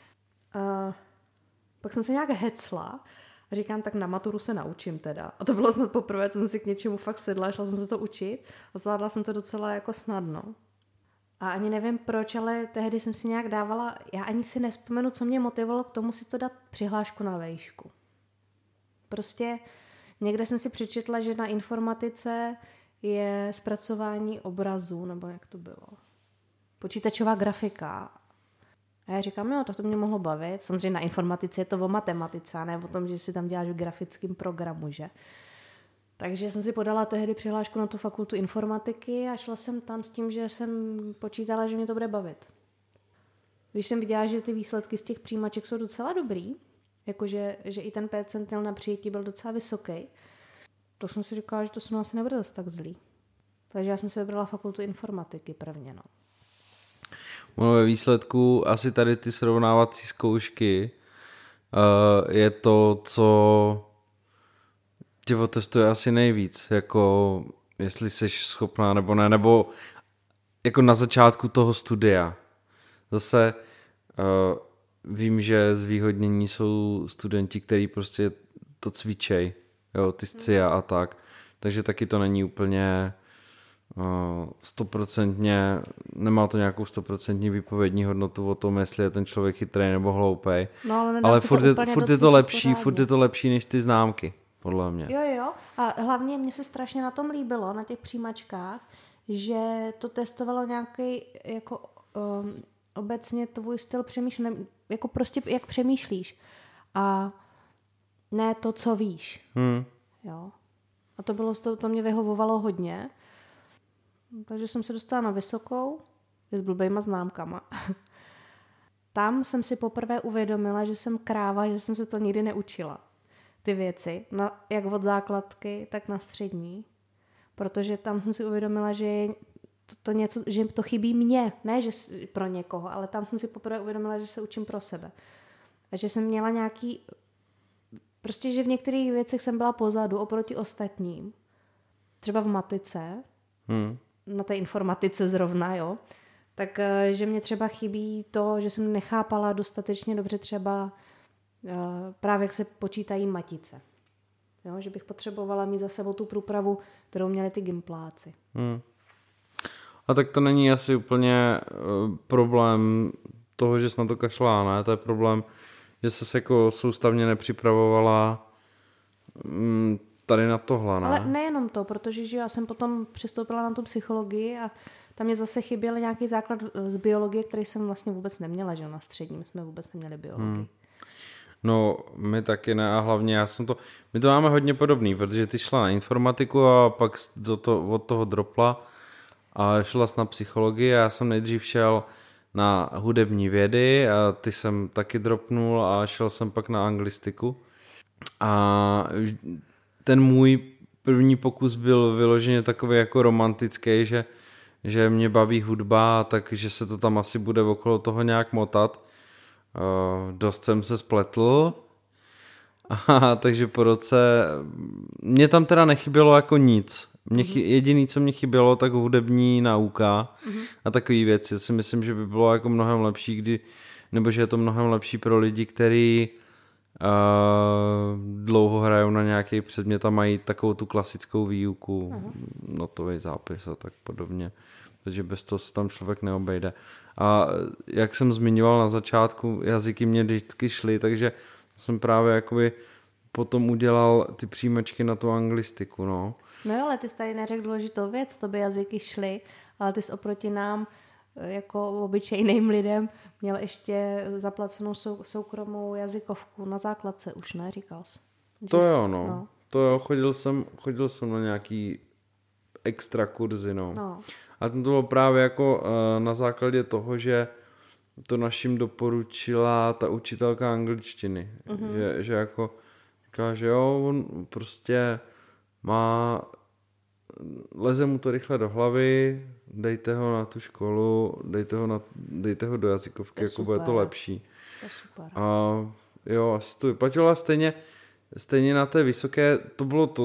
S1: Pak jsem se nějak hecla a říkám, tak na maturu se naučím teda. A to bylo snad poprvé, co jsem si k něčemu fakt sedla, šla jsem se to učit a zvládla jsem to docela jako snadno. A ani nevím proč, ale tehdy jsem si nějak dávala, já ani si nespomenu, co mě motivovalo k tomu si to dát přihlášku na vejšku. Prostě někde jsem si přečetla, že na informatice je zpracování obrazů, nebo jak to bylo. Počítačová grafika. A já říkám, jo, tak to mě mohlo bavit. Samozřejmě na informatice je to o matematice, a ne o tom, že si tam děláš v grafickém programu, že? Takže jsem si podala tehdy přihlášku na tu fakultu informatiky a šla jsem tam s tím, že jsem počítala, že mě to bude bavit. Když jsem viděla, že ty výsledky z těch přijímaček jsou docela dobrý, jakože že i ten percentil na přijetí byl docela vysoký, to jsem si říkala, že to se asi nebude zase tak zlý. Takže já jsem si vybrala fakultu informatiky prvně, no.
S2: Ono ve výsledku asi tady ty srovnávací zkoušky je to, co tě otestuje asi nejvíc, jako jestli jsi schopná nebo ne, nebo jako na začátku toho studia. Zase vím, že zvýhodnění jsou studenti, kteří prostě to cvičej, jo, ty SCIA a tak, takže taky to není úplně 100%, nemá to nějakou 100% výpovědní hodnotu o tom, jestli je ten člověk chytrý nebo hloupej,
S1: no,
S2: ale furt je to lepší než ty známky, podle mě.
S1: Jo, a hlavně mně se strašně na tom líbilo, na těch přijímačkách, že to testovalo nějaký jako obecně tvůj styl přemýšlení, jako prostě jak přemýšlíš a ne to, co víš. Jo. A to mě vyhovovalo hodně. Takže jsem se dostala na vysokou s blbejma známkama. Tam jsem si poprvé uvědomila, že jsem kráva, že jsem se to nikdy neučila. Ty věci, jak od základky, tak na střední. Protože tam jsem si uvědomila, že je to něco, že to chybí mně, ne že pro někoho, ale tam jsem si poprvé uvědomila, že se učím pro sebe. A že jsem měla nějaký, prostě, že v některých věcech jsem byla pozadu oproti ostatním. Třeba v matice, na té informatice zrovna, jo. Tak, že mě třeba chybí to, že jsem nechápala dostatečně dobře třeba právě jak se počítají matice. Jo, že bych potřebovala mít za sebou tu průpravu, kterou měli ty gympláci.
S2: A tak to není asi úplně problém toho, že jsi na to kašlá, ne? To je problém, že jsi jako soustavně nepřipravovala tady na tohle, ne?
S1: Ale nejenom to, protože že já jsem potom přistoupila na tu psychologii a tam mě zase chyběl nějaký základ z biologie, který jsem vlastně vůbec neměla, že na středním jsme vůbec neměli biologii.
S2: No, my taky ne a hlavně my to máme hodně podobný, protože ty šla na informatiku a pak od toho dropla a šla jsi na psychologii a já jsem nejdřív šel na hudební vědy a ty jsem taky dropnul a šel jsem pak na anglistiku a ten můj první pokus byl vyloženě takový jako romantický, že mě baví hudba, takže se to tam asi bude okolo toho nějak motat. Dost jsem se spletl, takže po roce mě tam teda nechybělo jako nic. Jediný, co mě chybělo, tak hudební nauka a takové věci. Já si myslím, že by bylo jako mnohem lepší, nebo že je to mnohem lepší pro lidi, kteří dlouho hrajou na nějaký předmět a mají takovou tu klasickou výuku, notový zápis a tak podobně. Takže bez toho se tam člověk neobejde. A jak jsem zmiňoval na začátku, jazyky mě vždycky šly, takže jsem právě jakoby potom udělal ty příjmečky na tu anglistiku, no.
S1: No jo, ale ty jsi tady neřekl důležitou věc, to by jazyky šly, ale ty jsi oproti nám jako obyčejným lidem měl ještě zaplacenou soukromou jazykovku na základce už, ne? Říkal jsi.
S2: To jo, no. To jo, chodil jsem na nějaký extra kurzy, no. A to bylo právě jako na základě toho, že to našim doporučila ta učitelka angličtiny. Že jako říká, že jo, on prostě leze mu to rychle do hlavy, dejte ho na tu školu, dejte ho do jazykovky, jako bude to lepší.
S1: To je super.
S2: A jo, asi to vyplatilo a stejně na té vysoké, to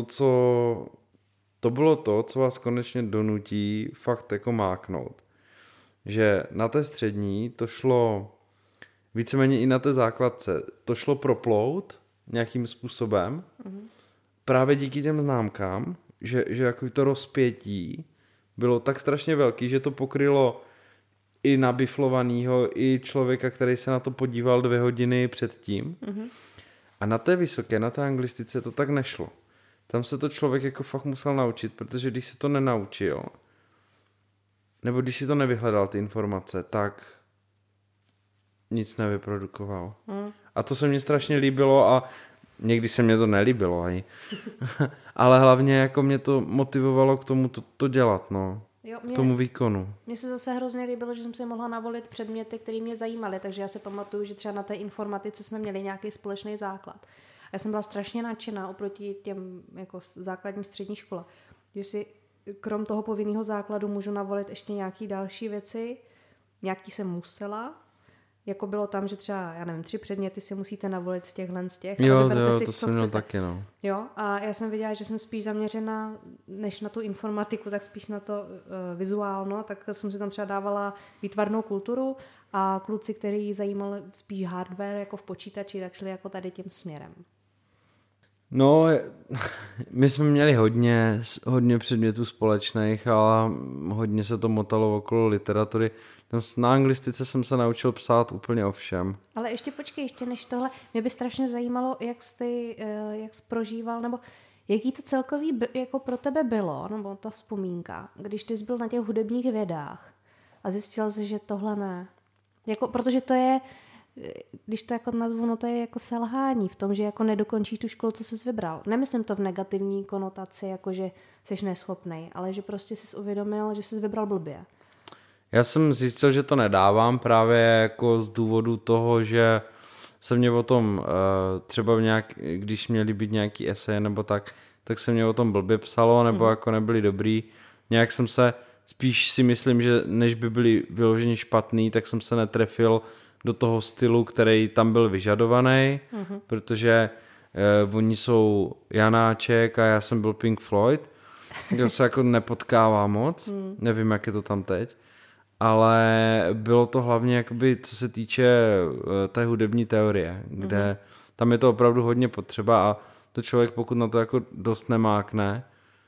S2: bylo to, co vás konečně donutí fakt jako máknout. Že na té střední to šlo, víceméně i na té základce, to šlo proplout nějakým způsobem, právě díky těm známkám, že jako to rozpětí bylo tak strašně velký, že to pokrylo i nabiflovanýho, i člověka, který se na to podíval 2 hodiny předtím. A na té vysoké, na té anglistice to tak nešlo. Tam se to člověk jako fakt musel naučit, protože když se to nenaučil, nebo když si to nevyhledal, ty informace, tak nic nevyprodukoval. A to se mně strašně líbilo a někdy se mně to nelíbilo. Ale hlavně jako mě to motivovalo k tomu to dělat, no.
S1: Jo,
S2: k tomu výkonu.
S1: Mně se zase hrozně líbilo, že jsem si mohla navolit předměty, které mě zajímaly, takže já si pamatuju, že třeba na té informatice jsme měli nějaký společný základ. A já jsem byla strašně nadšená oproti těm jako základní střední škole, že si krom toho povinného základu můžu navolit ještě nějaký další věci, nějaký jsem musela, jako bylo tam, že třeba, já nevím, 3 předměty si musíte navolit z těch.
S2: Jo, to jsem měl taky, no.
S1: Jo, a já jsem věděla, že jsem spíš zaměřena, než na tu informatiku, tak spíš na to vizuálno, tak jsem si tam třeba dávala výtvarnou kulturu a kluci, který zajímal spíš hardware jako v počítači, tak šli jako tady tím směrem.
S2: No, my jsme měli hodně předmětů společných, ale hodně se to motalo okolo literatury. Na anglistice jsem se naučil psát úplně o všem.
S1: Ale ještě počkej, ještě než tohle, mě by strašně zajímalo, jak jsi prožíval, nebo jaký to celkový jako pro tebe bylo, nebo ta vzpomínka, když ty jsi byl na těch hudebních vědách a zjistil jsi, že tohle ne. Jako, protože to je, když to jako nazvu, no to je jako selhání v tom, že jako nedokončíš tu školu, co jsi vybral. Nemyslím to v negativní konotaci, jako že jsi neschopnej, ale že prostě jsi uvědomil, že jsi vybral blbě.
S2: Já jsem zjistil, že to nedávám právě jako z důvodu toho, že se mě o tom třeba když měly být nějaký eseje nebo tak se mě o tom blbě psalo, nebo jako nebyly dobrý. Nějak jsem se, spíš si myslím, že než by byly vyloženě špatný, tak jsem se netrefil do toho stylu, který tam byl vyžadovaný, protože oni jsou Janáček a já jsem byl Pink Floyd. To se jako nepotkává moc, nevím, jak je to tam teď. Ale bylo to hlavně, jakoby, co se týče té hudební teorie, kde tam je to opravdu hodně potřeba a to člověk, pokud na to jako dost nemákne,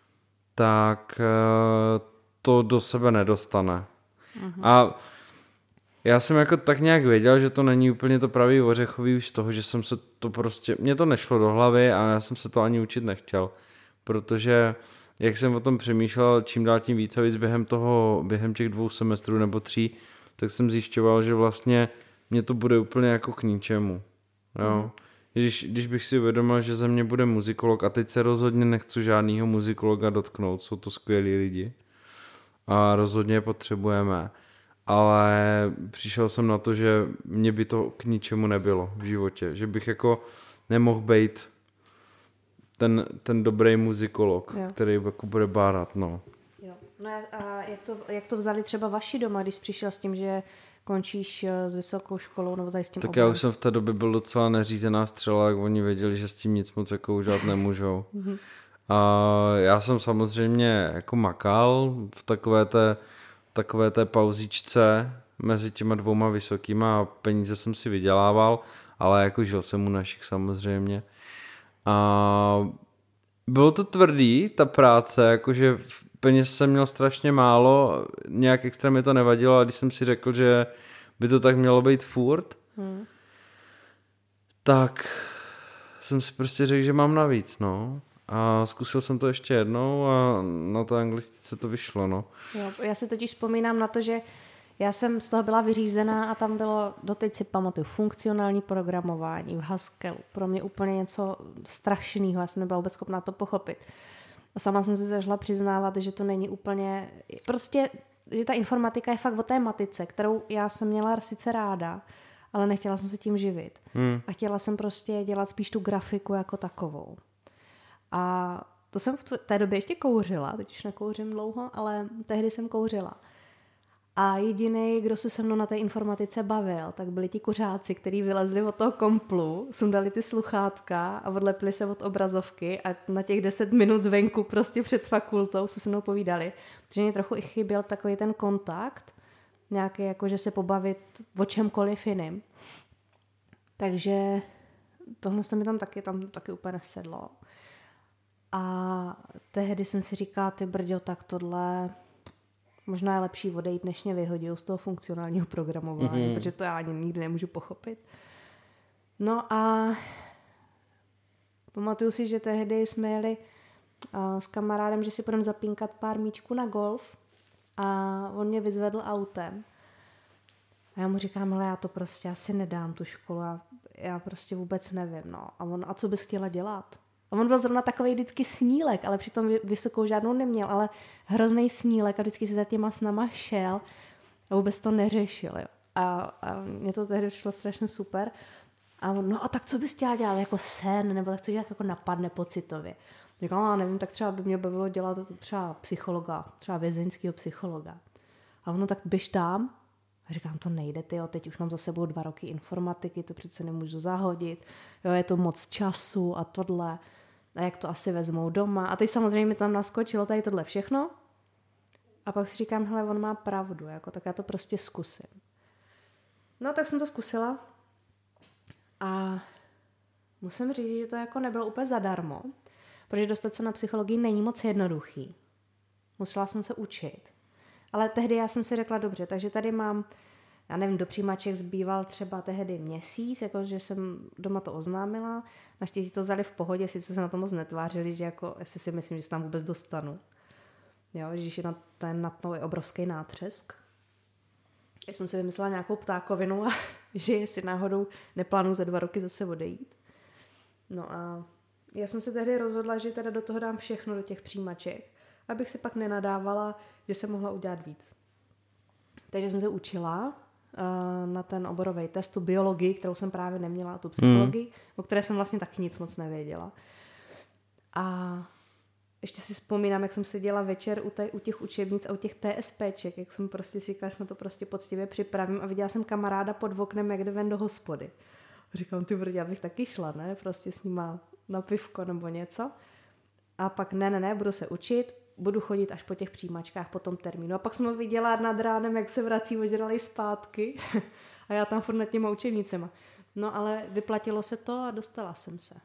S2: tak to do sebe nedostane. A já jsem jako tak nějak věděl, že to není úplně to pravý ořechový už z toho, že jsem se to prostě, mně to nešlo do hlavy a já jsem se to ani učit nechtěl, protože jak jsem o tom přemýšlel čím dál tím víc a víc během těch 2 semestrů nebo 3, tak jsem zjišťoval, že vlastně mě to bude úplně jako k ničemu. Jo? Když bych si uvědomil, že ze mě bude muzikolog a teď se rozhodně nechci žádnýho muzikologa dotknout, jsou to skvělí lidi a rozhodně je potřebujeme, ale přišel jsem na to, že mě by to k ničemu nebylo v životě, že bych jako nemohl být ten dobrý muzikolog, který jako bude bárat, no.
S1: Jo. No a jak to vzali třeba vaši doma, když přišel s tím, že končíš s vysokou školou nebo tady s tím
S2: Tak
S1: oborem?
S2: já už jsem v té době byl docela neřízená střela, jak oni věděli, že s tím nic moc jako udělat nemůžou. A já jsem samozřejmě jako makal v takové té pauzičce mezi těma 2 vysokýma a peníze jsem si vydělával, ale jako žil jsem u našich samozřejmě. A bylo to tvrdý, ta práce, jakože peněz jsem měl strašně málo, nějak extrémně to nevadilo, a když jsem si řekl, že by to tak mělo být furt, tak jsem si prostě řekl, že mám navíc, no. A zkusil jsem to ještě jednou a na té anglistice to vyšlo, no.
S1: Jo, já si totiž vzpomínám na to, že já jsem z toho byla vyřízená a tam bylo, doteď si pamatuju, funkcionální programování v Haskellu. Pro mě úplně něco strašného, já jsem nebyla vůbec schopná to pochopit. A sama jsem si zašla přiznávat, že to není úplně, prostě že ta informatika je fakt o té matice, kterou já jsem měla sice ráda, ale nechtěla jsem se tím živit. A chtěla jsem prostě dělat spíš tu grafiku jako takovou. A to jsem v té době ještě kouřila, teď už nekouřím dlouho, ale tehdy jsem kouřila. A jediný, kdo se mnou na té informatice bavil, tak byli ti kuřáci, kteří vylezli od toho komplu, sundali ty sluchátka a odlepili se od obrazovky a na těch 10 minut venku prostě před fakultou se mnou povídali. Takže mě trochu i chyběl takový ten kontakt, nějaký jako, že se pobavit o čemkoliv jiným. Takže tohle se mi tam taky úplně nesedlo. A tehdy jsem si říkala, ty brďo, tak tohle možná je lepší odejít, než mě vyhodil z toho funkcionálního programování, protože to já ani nikdy nemůžu pochopit. No a pamatuju si, že tehdy jsme jeli s kamarádem, že si budeme zapínkat pár míčků na golf a on mě vyzvedl autem. A já mu říkám, ale já to prostě asi nedám, tu školu, já prostě vůbec nevím. No. A on, a co bys chtěla dělat? A on byl zrovna takovej vždycky snílek, ale přitom vysokou žádnou neměl, ale hrozný snílek a vždycky si za těma s náma šel a vůbec to neřešil. Jo. A mě to tehdy šlo strašně super. A on, no a tak co bys chtěla dělat, jako sen, nebo tak co dělat jako napadne pocitově. Říkám, já nevím, tak třeba by mě bavilo dělat třeba psychologa, třeba vězeňského psychologa. A ono, tak běž tam. A říkám, to nejde, tyjo, teď už mám za sebou 2 roky informatiky, to přece nemůžu zahodit, jo, je to moc času a tohle, a jak to asi vezmou doma. A teď samozřejmě mi tam naskočilo tady tohle všechno. A pak si říkám, hele, on má pravdu, jako, tak já to prostě zkusím. No, tak jsem to zkusila. A musím říct, že to jako nebylo úplně zadarmo, protože dostat se na psychologii není moc jednoduchý. Musela jsem se učit. Ale tehdy já jsem si řekla, dobře, takže tady mám, já nevím, do přijímaček zbýval třeba tehdy měsíc, jakože jsem doma to oznámila. Naštěstí to vzali v pohodě, sice se na to moc netvářili, že jako, jestli si myslím, že se tam vůbec dostanu. Jo, když je na to je obrovský nátřesk. Já jsem si vymyslela nějakou ptákovinu a že jestli náhodou neplánuju za 2 roky zase odejít. No a já jsem se tehdy rozhodla, že teda do toho dám všechno, do těch přijímaček, abych si pak nenadávala, že jsem mohla udělat víc. Takže jsem se učila na ten oborový test, tu biologii, kterou jsem právě neměla, tu psychologii, o které jsem vlastně taky nic moc nevěděla. A ještě si vzpomínám, jak jsem seděla večer u těch učebnic a u těch TSPček, jak jsem prostě si říkala, že na to prostě poctivě připravím a viděla jsem kamaráda pod oknem, jak jde ven do hospody. Říkám, ty brdě, já bych taky šla, ne? Prostě s nima na pivko nebo něco. A pak ne, budu se učit, budu chodit až po těch přijímačkách, po tom termínu. A pak jsem ho viděla nad ránem, jak se vrací ožralý zpátky a já tam furt nad těma učebnicema. No ale vyplatilo se to a dostala jsem se.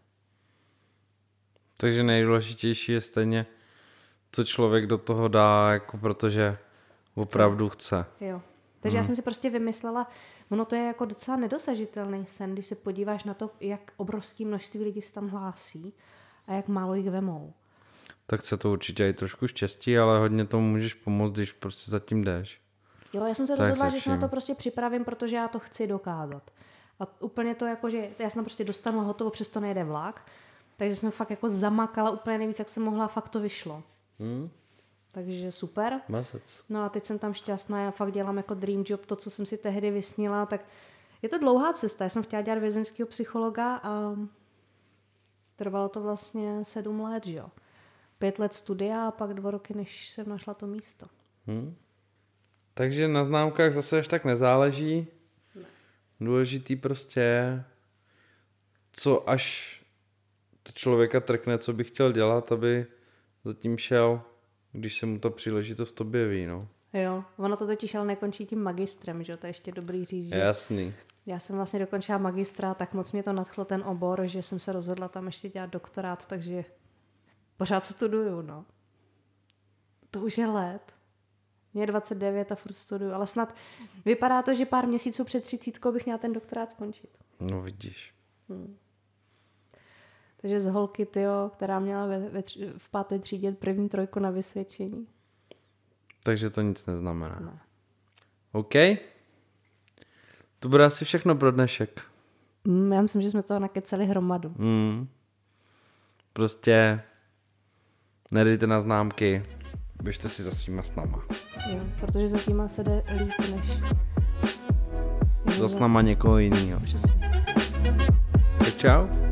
S2: Takže nejdůležitější je stejně, co člověk do toho dá, jako protože opravdu chce.
S1: Jo. Takže já jsem si prostě vymyslela, ono to je jako docela nedosažitelný sen, když se podíváš na to, jak obrovské množství lidí se tam hlásí a jak málo jich vemou.
S2: Tak se to určitě i trošku štěstí, ale hodně tomu můžeš pomoct, když prostě zatím jdeš.
S1: Jo, já jsem se rozhodla, že se na to prostě připravím, protože já to chci dokázat. A úplně to jako, že já jsem prostě dostanu hotovo, přesto nejde vlak. Takže jsem fakt jako zamakala úplně nejvíc, jak jsem mohla, fakt to vyšlo. Takže super.
S2: Masec.
S1: No a teď jsem tam šťastná, já fakt dělám jako dream job, to, co jsem si tehdy vysnila, tak je to dlouhá cesta. Já jsem chtěla dělat vězeňského psychologa a trvalo to vlastně 7 let, že jo. 5 let studia a pak 2 roky, než jsem našla to místo.
S2: Takže na známkách zase až tak nezáleží. Ne. Důležitý prostě je, co až to člověka trkne, co by chtěl dělat, aby zatím šel, když se mu ta příležitost objeví, no.
S1: Jo, ono to totiž ale nekončí tím magistrem, že jo, to je ještě dobrý říct, že...
S2: Jasný.
S1: Já jsem vlastně dokončila magistra, tak moc mě to nadchlo ten obor, že jsem se rozhodla tam ještě dělat doktorát, takže pořád studuju, no. To už je let. Mě je 29 a furt studuju, ale snad vypadá to, že pár měsíců před 30 bych měla ten doktorát skončit.
S2: No vidíš.
S1: Takže z holky, tyjo, která měla v 5. třídě první 3 na vysvědčení.
S2: Takže to nic neznamená.
S1: Ne.
S2: OK. To bude asi všechno pro dnešek.
S1: Já myslím, že jsme toho nakeceli hromadu.
S2: Prostě nedejte na známky. běžte si za svýma snama.
S1: Jo, protože za týma se jde líp než...
S2: Za snama někoho jinýho.
S1: Přesně.
S2: Tak čau.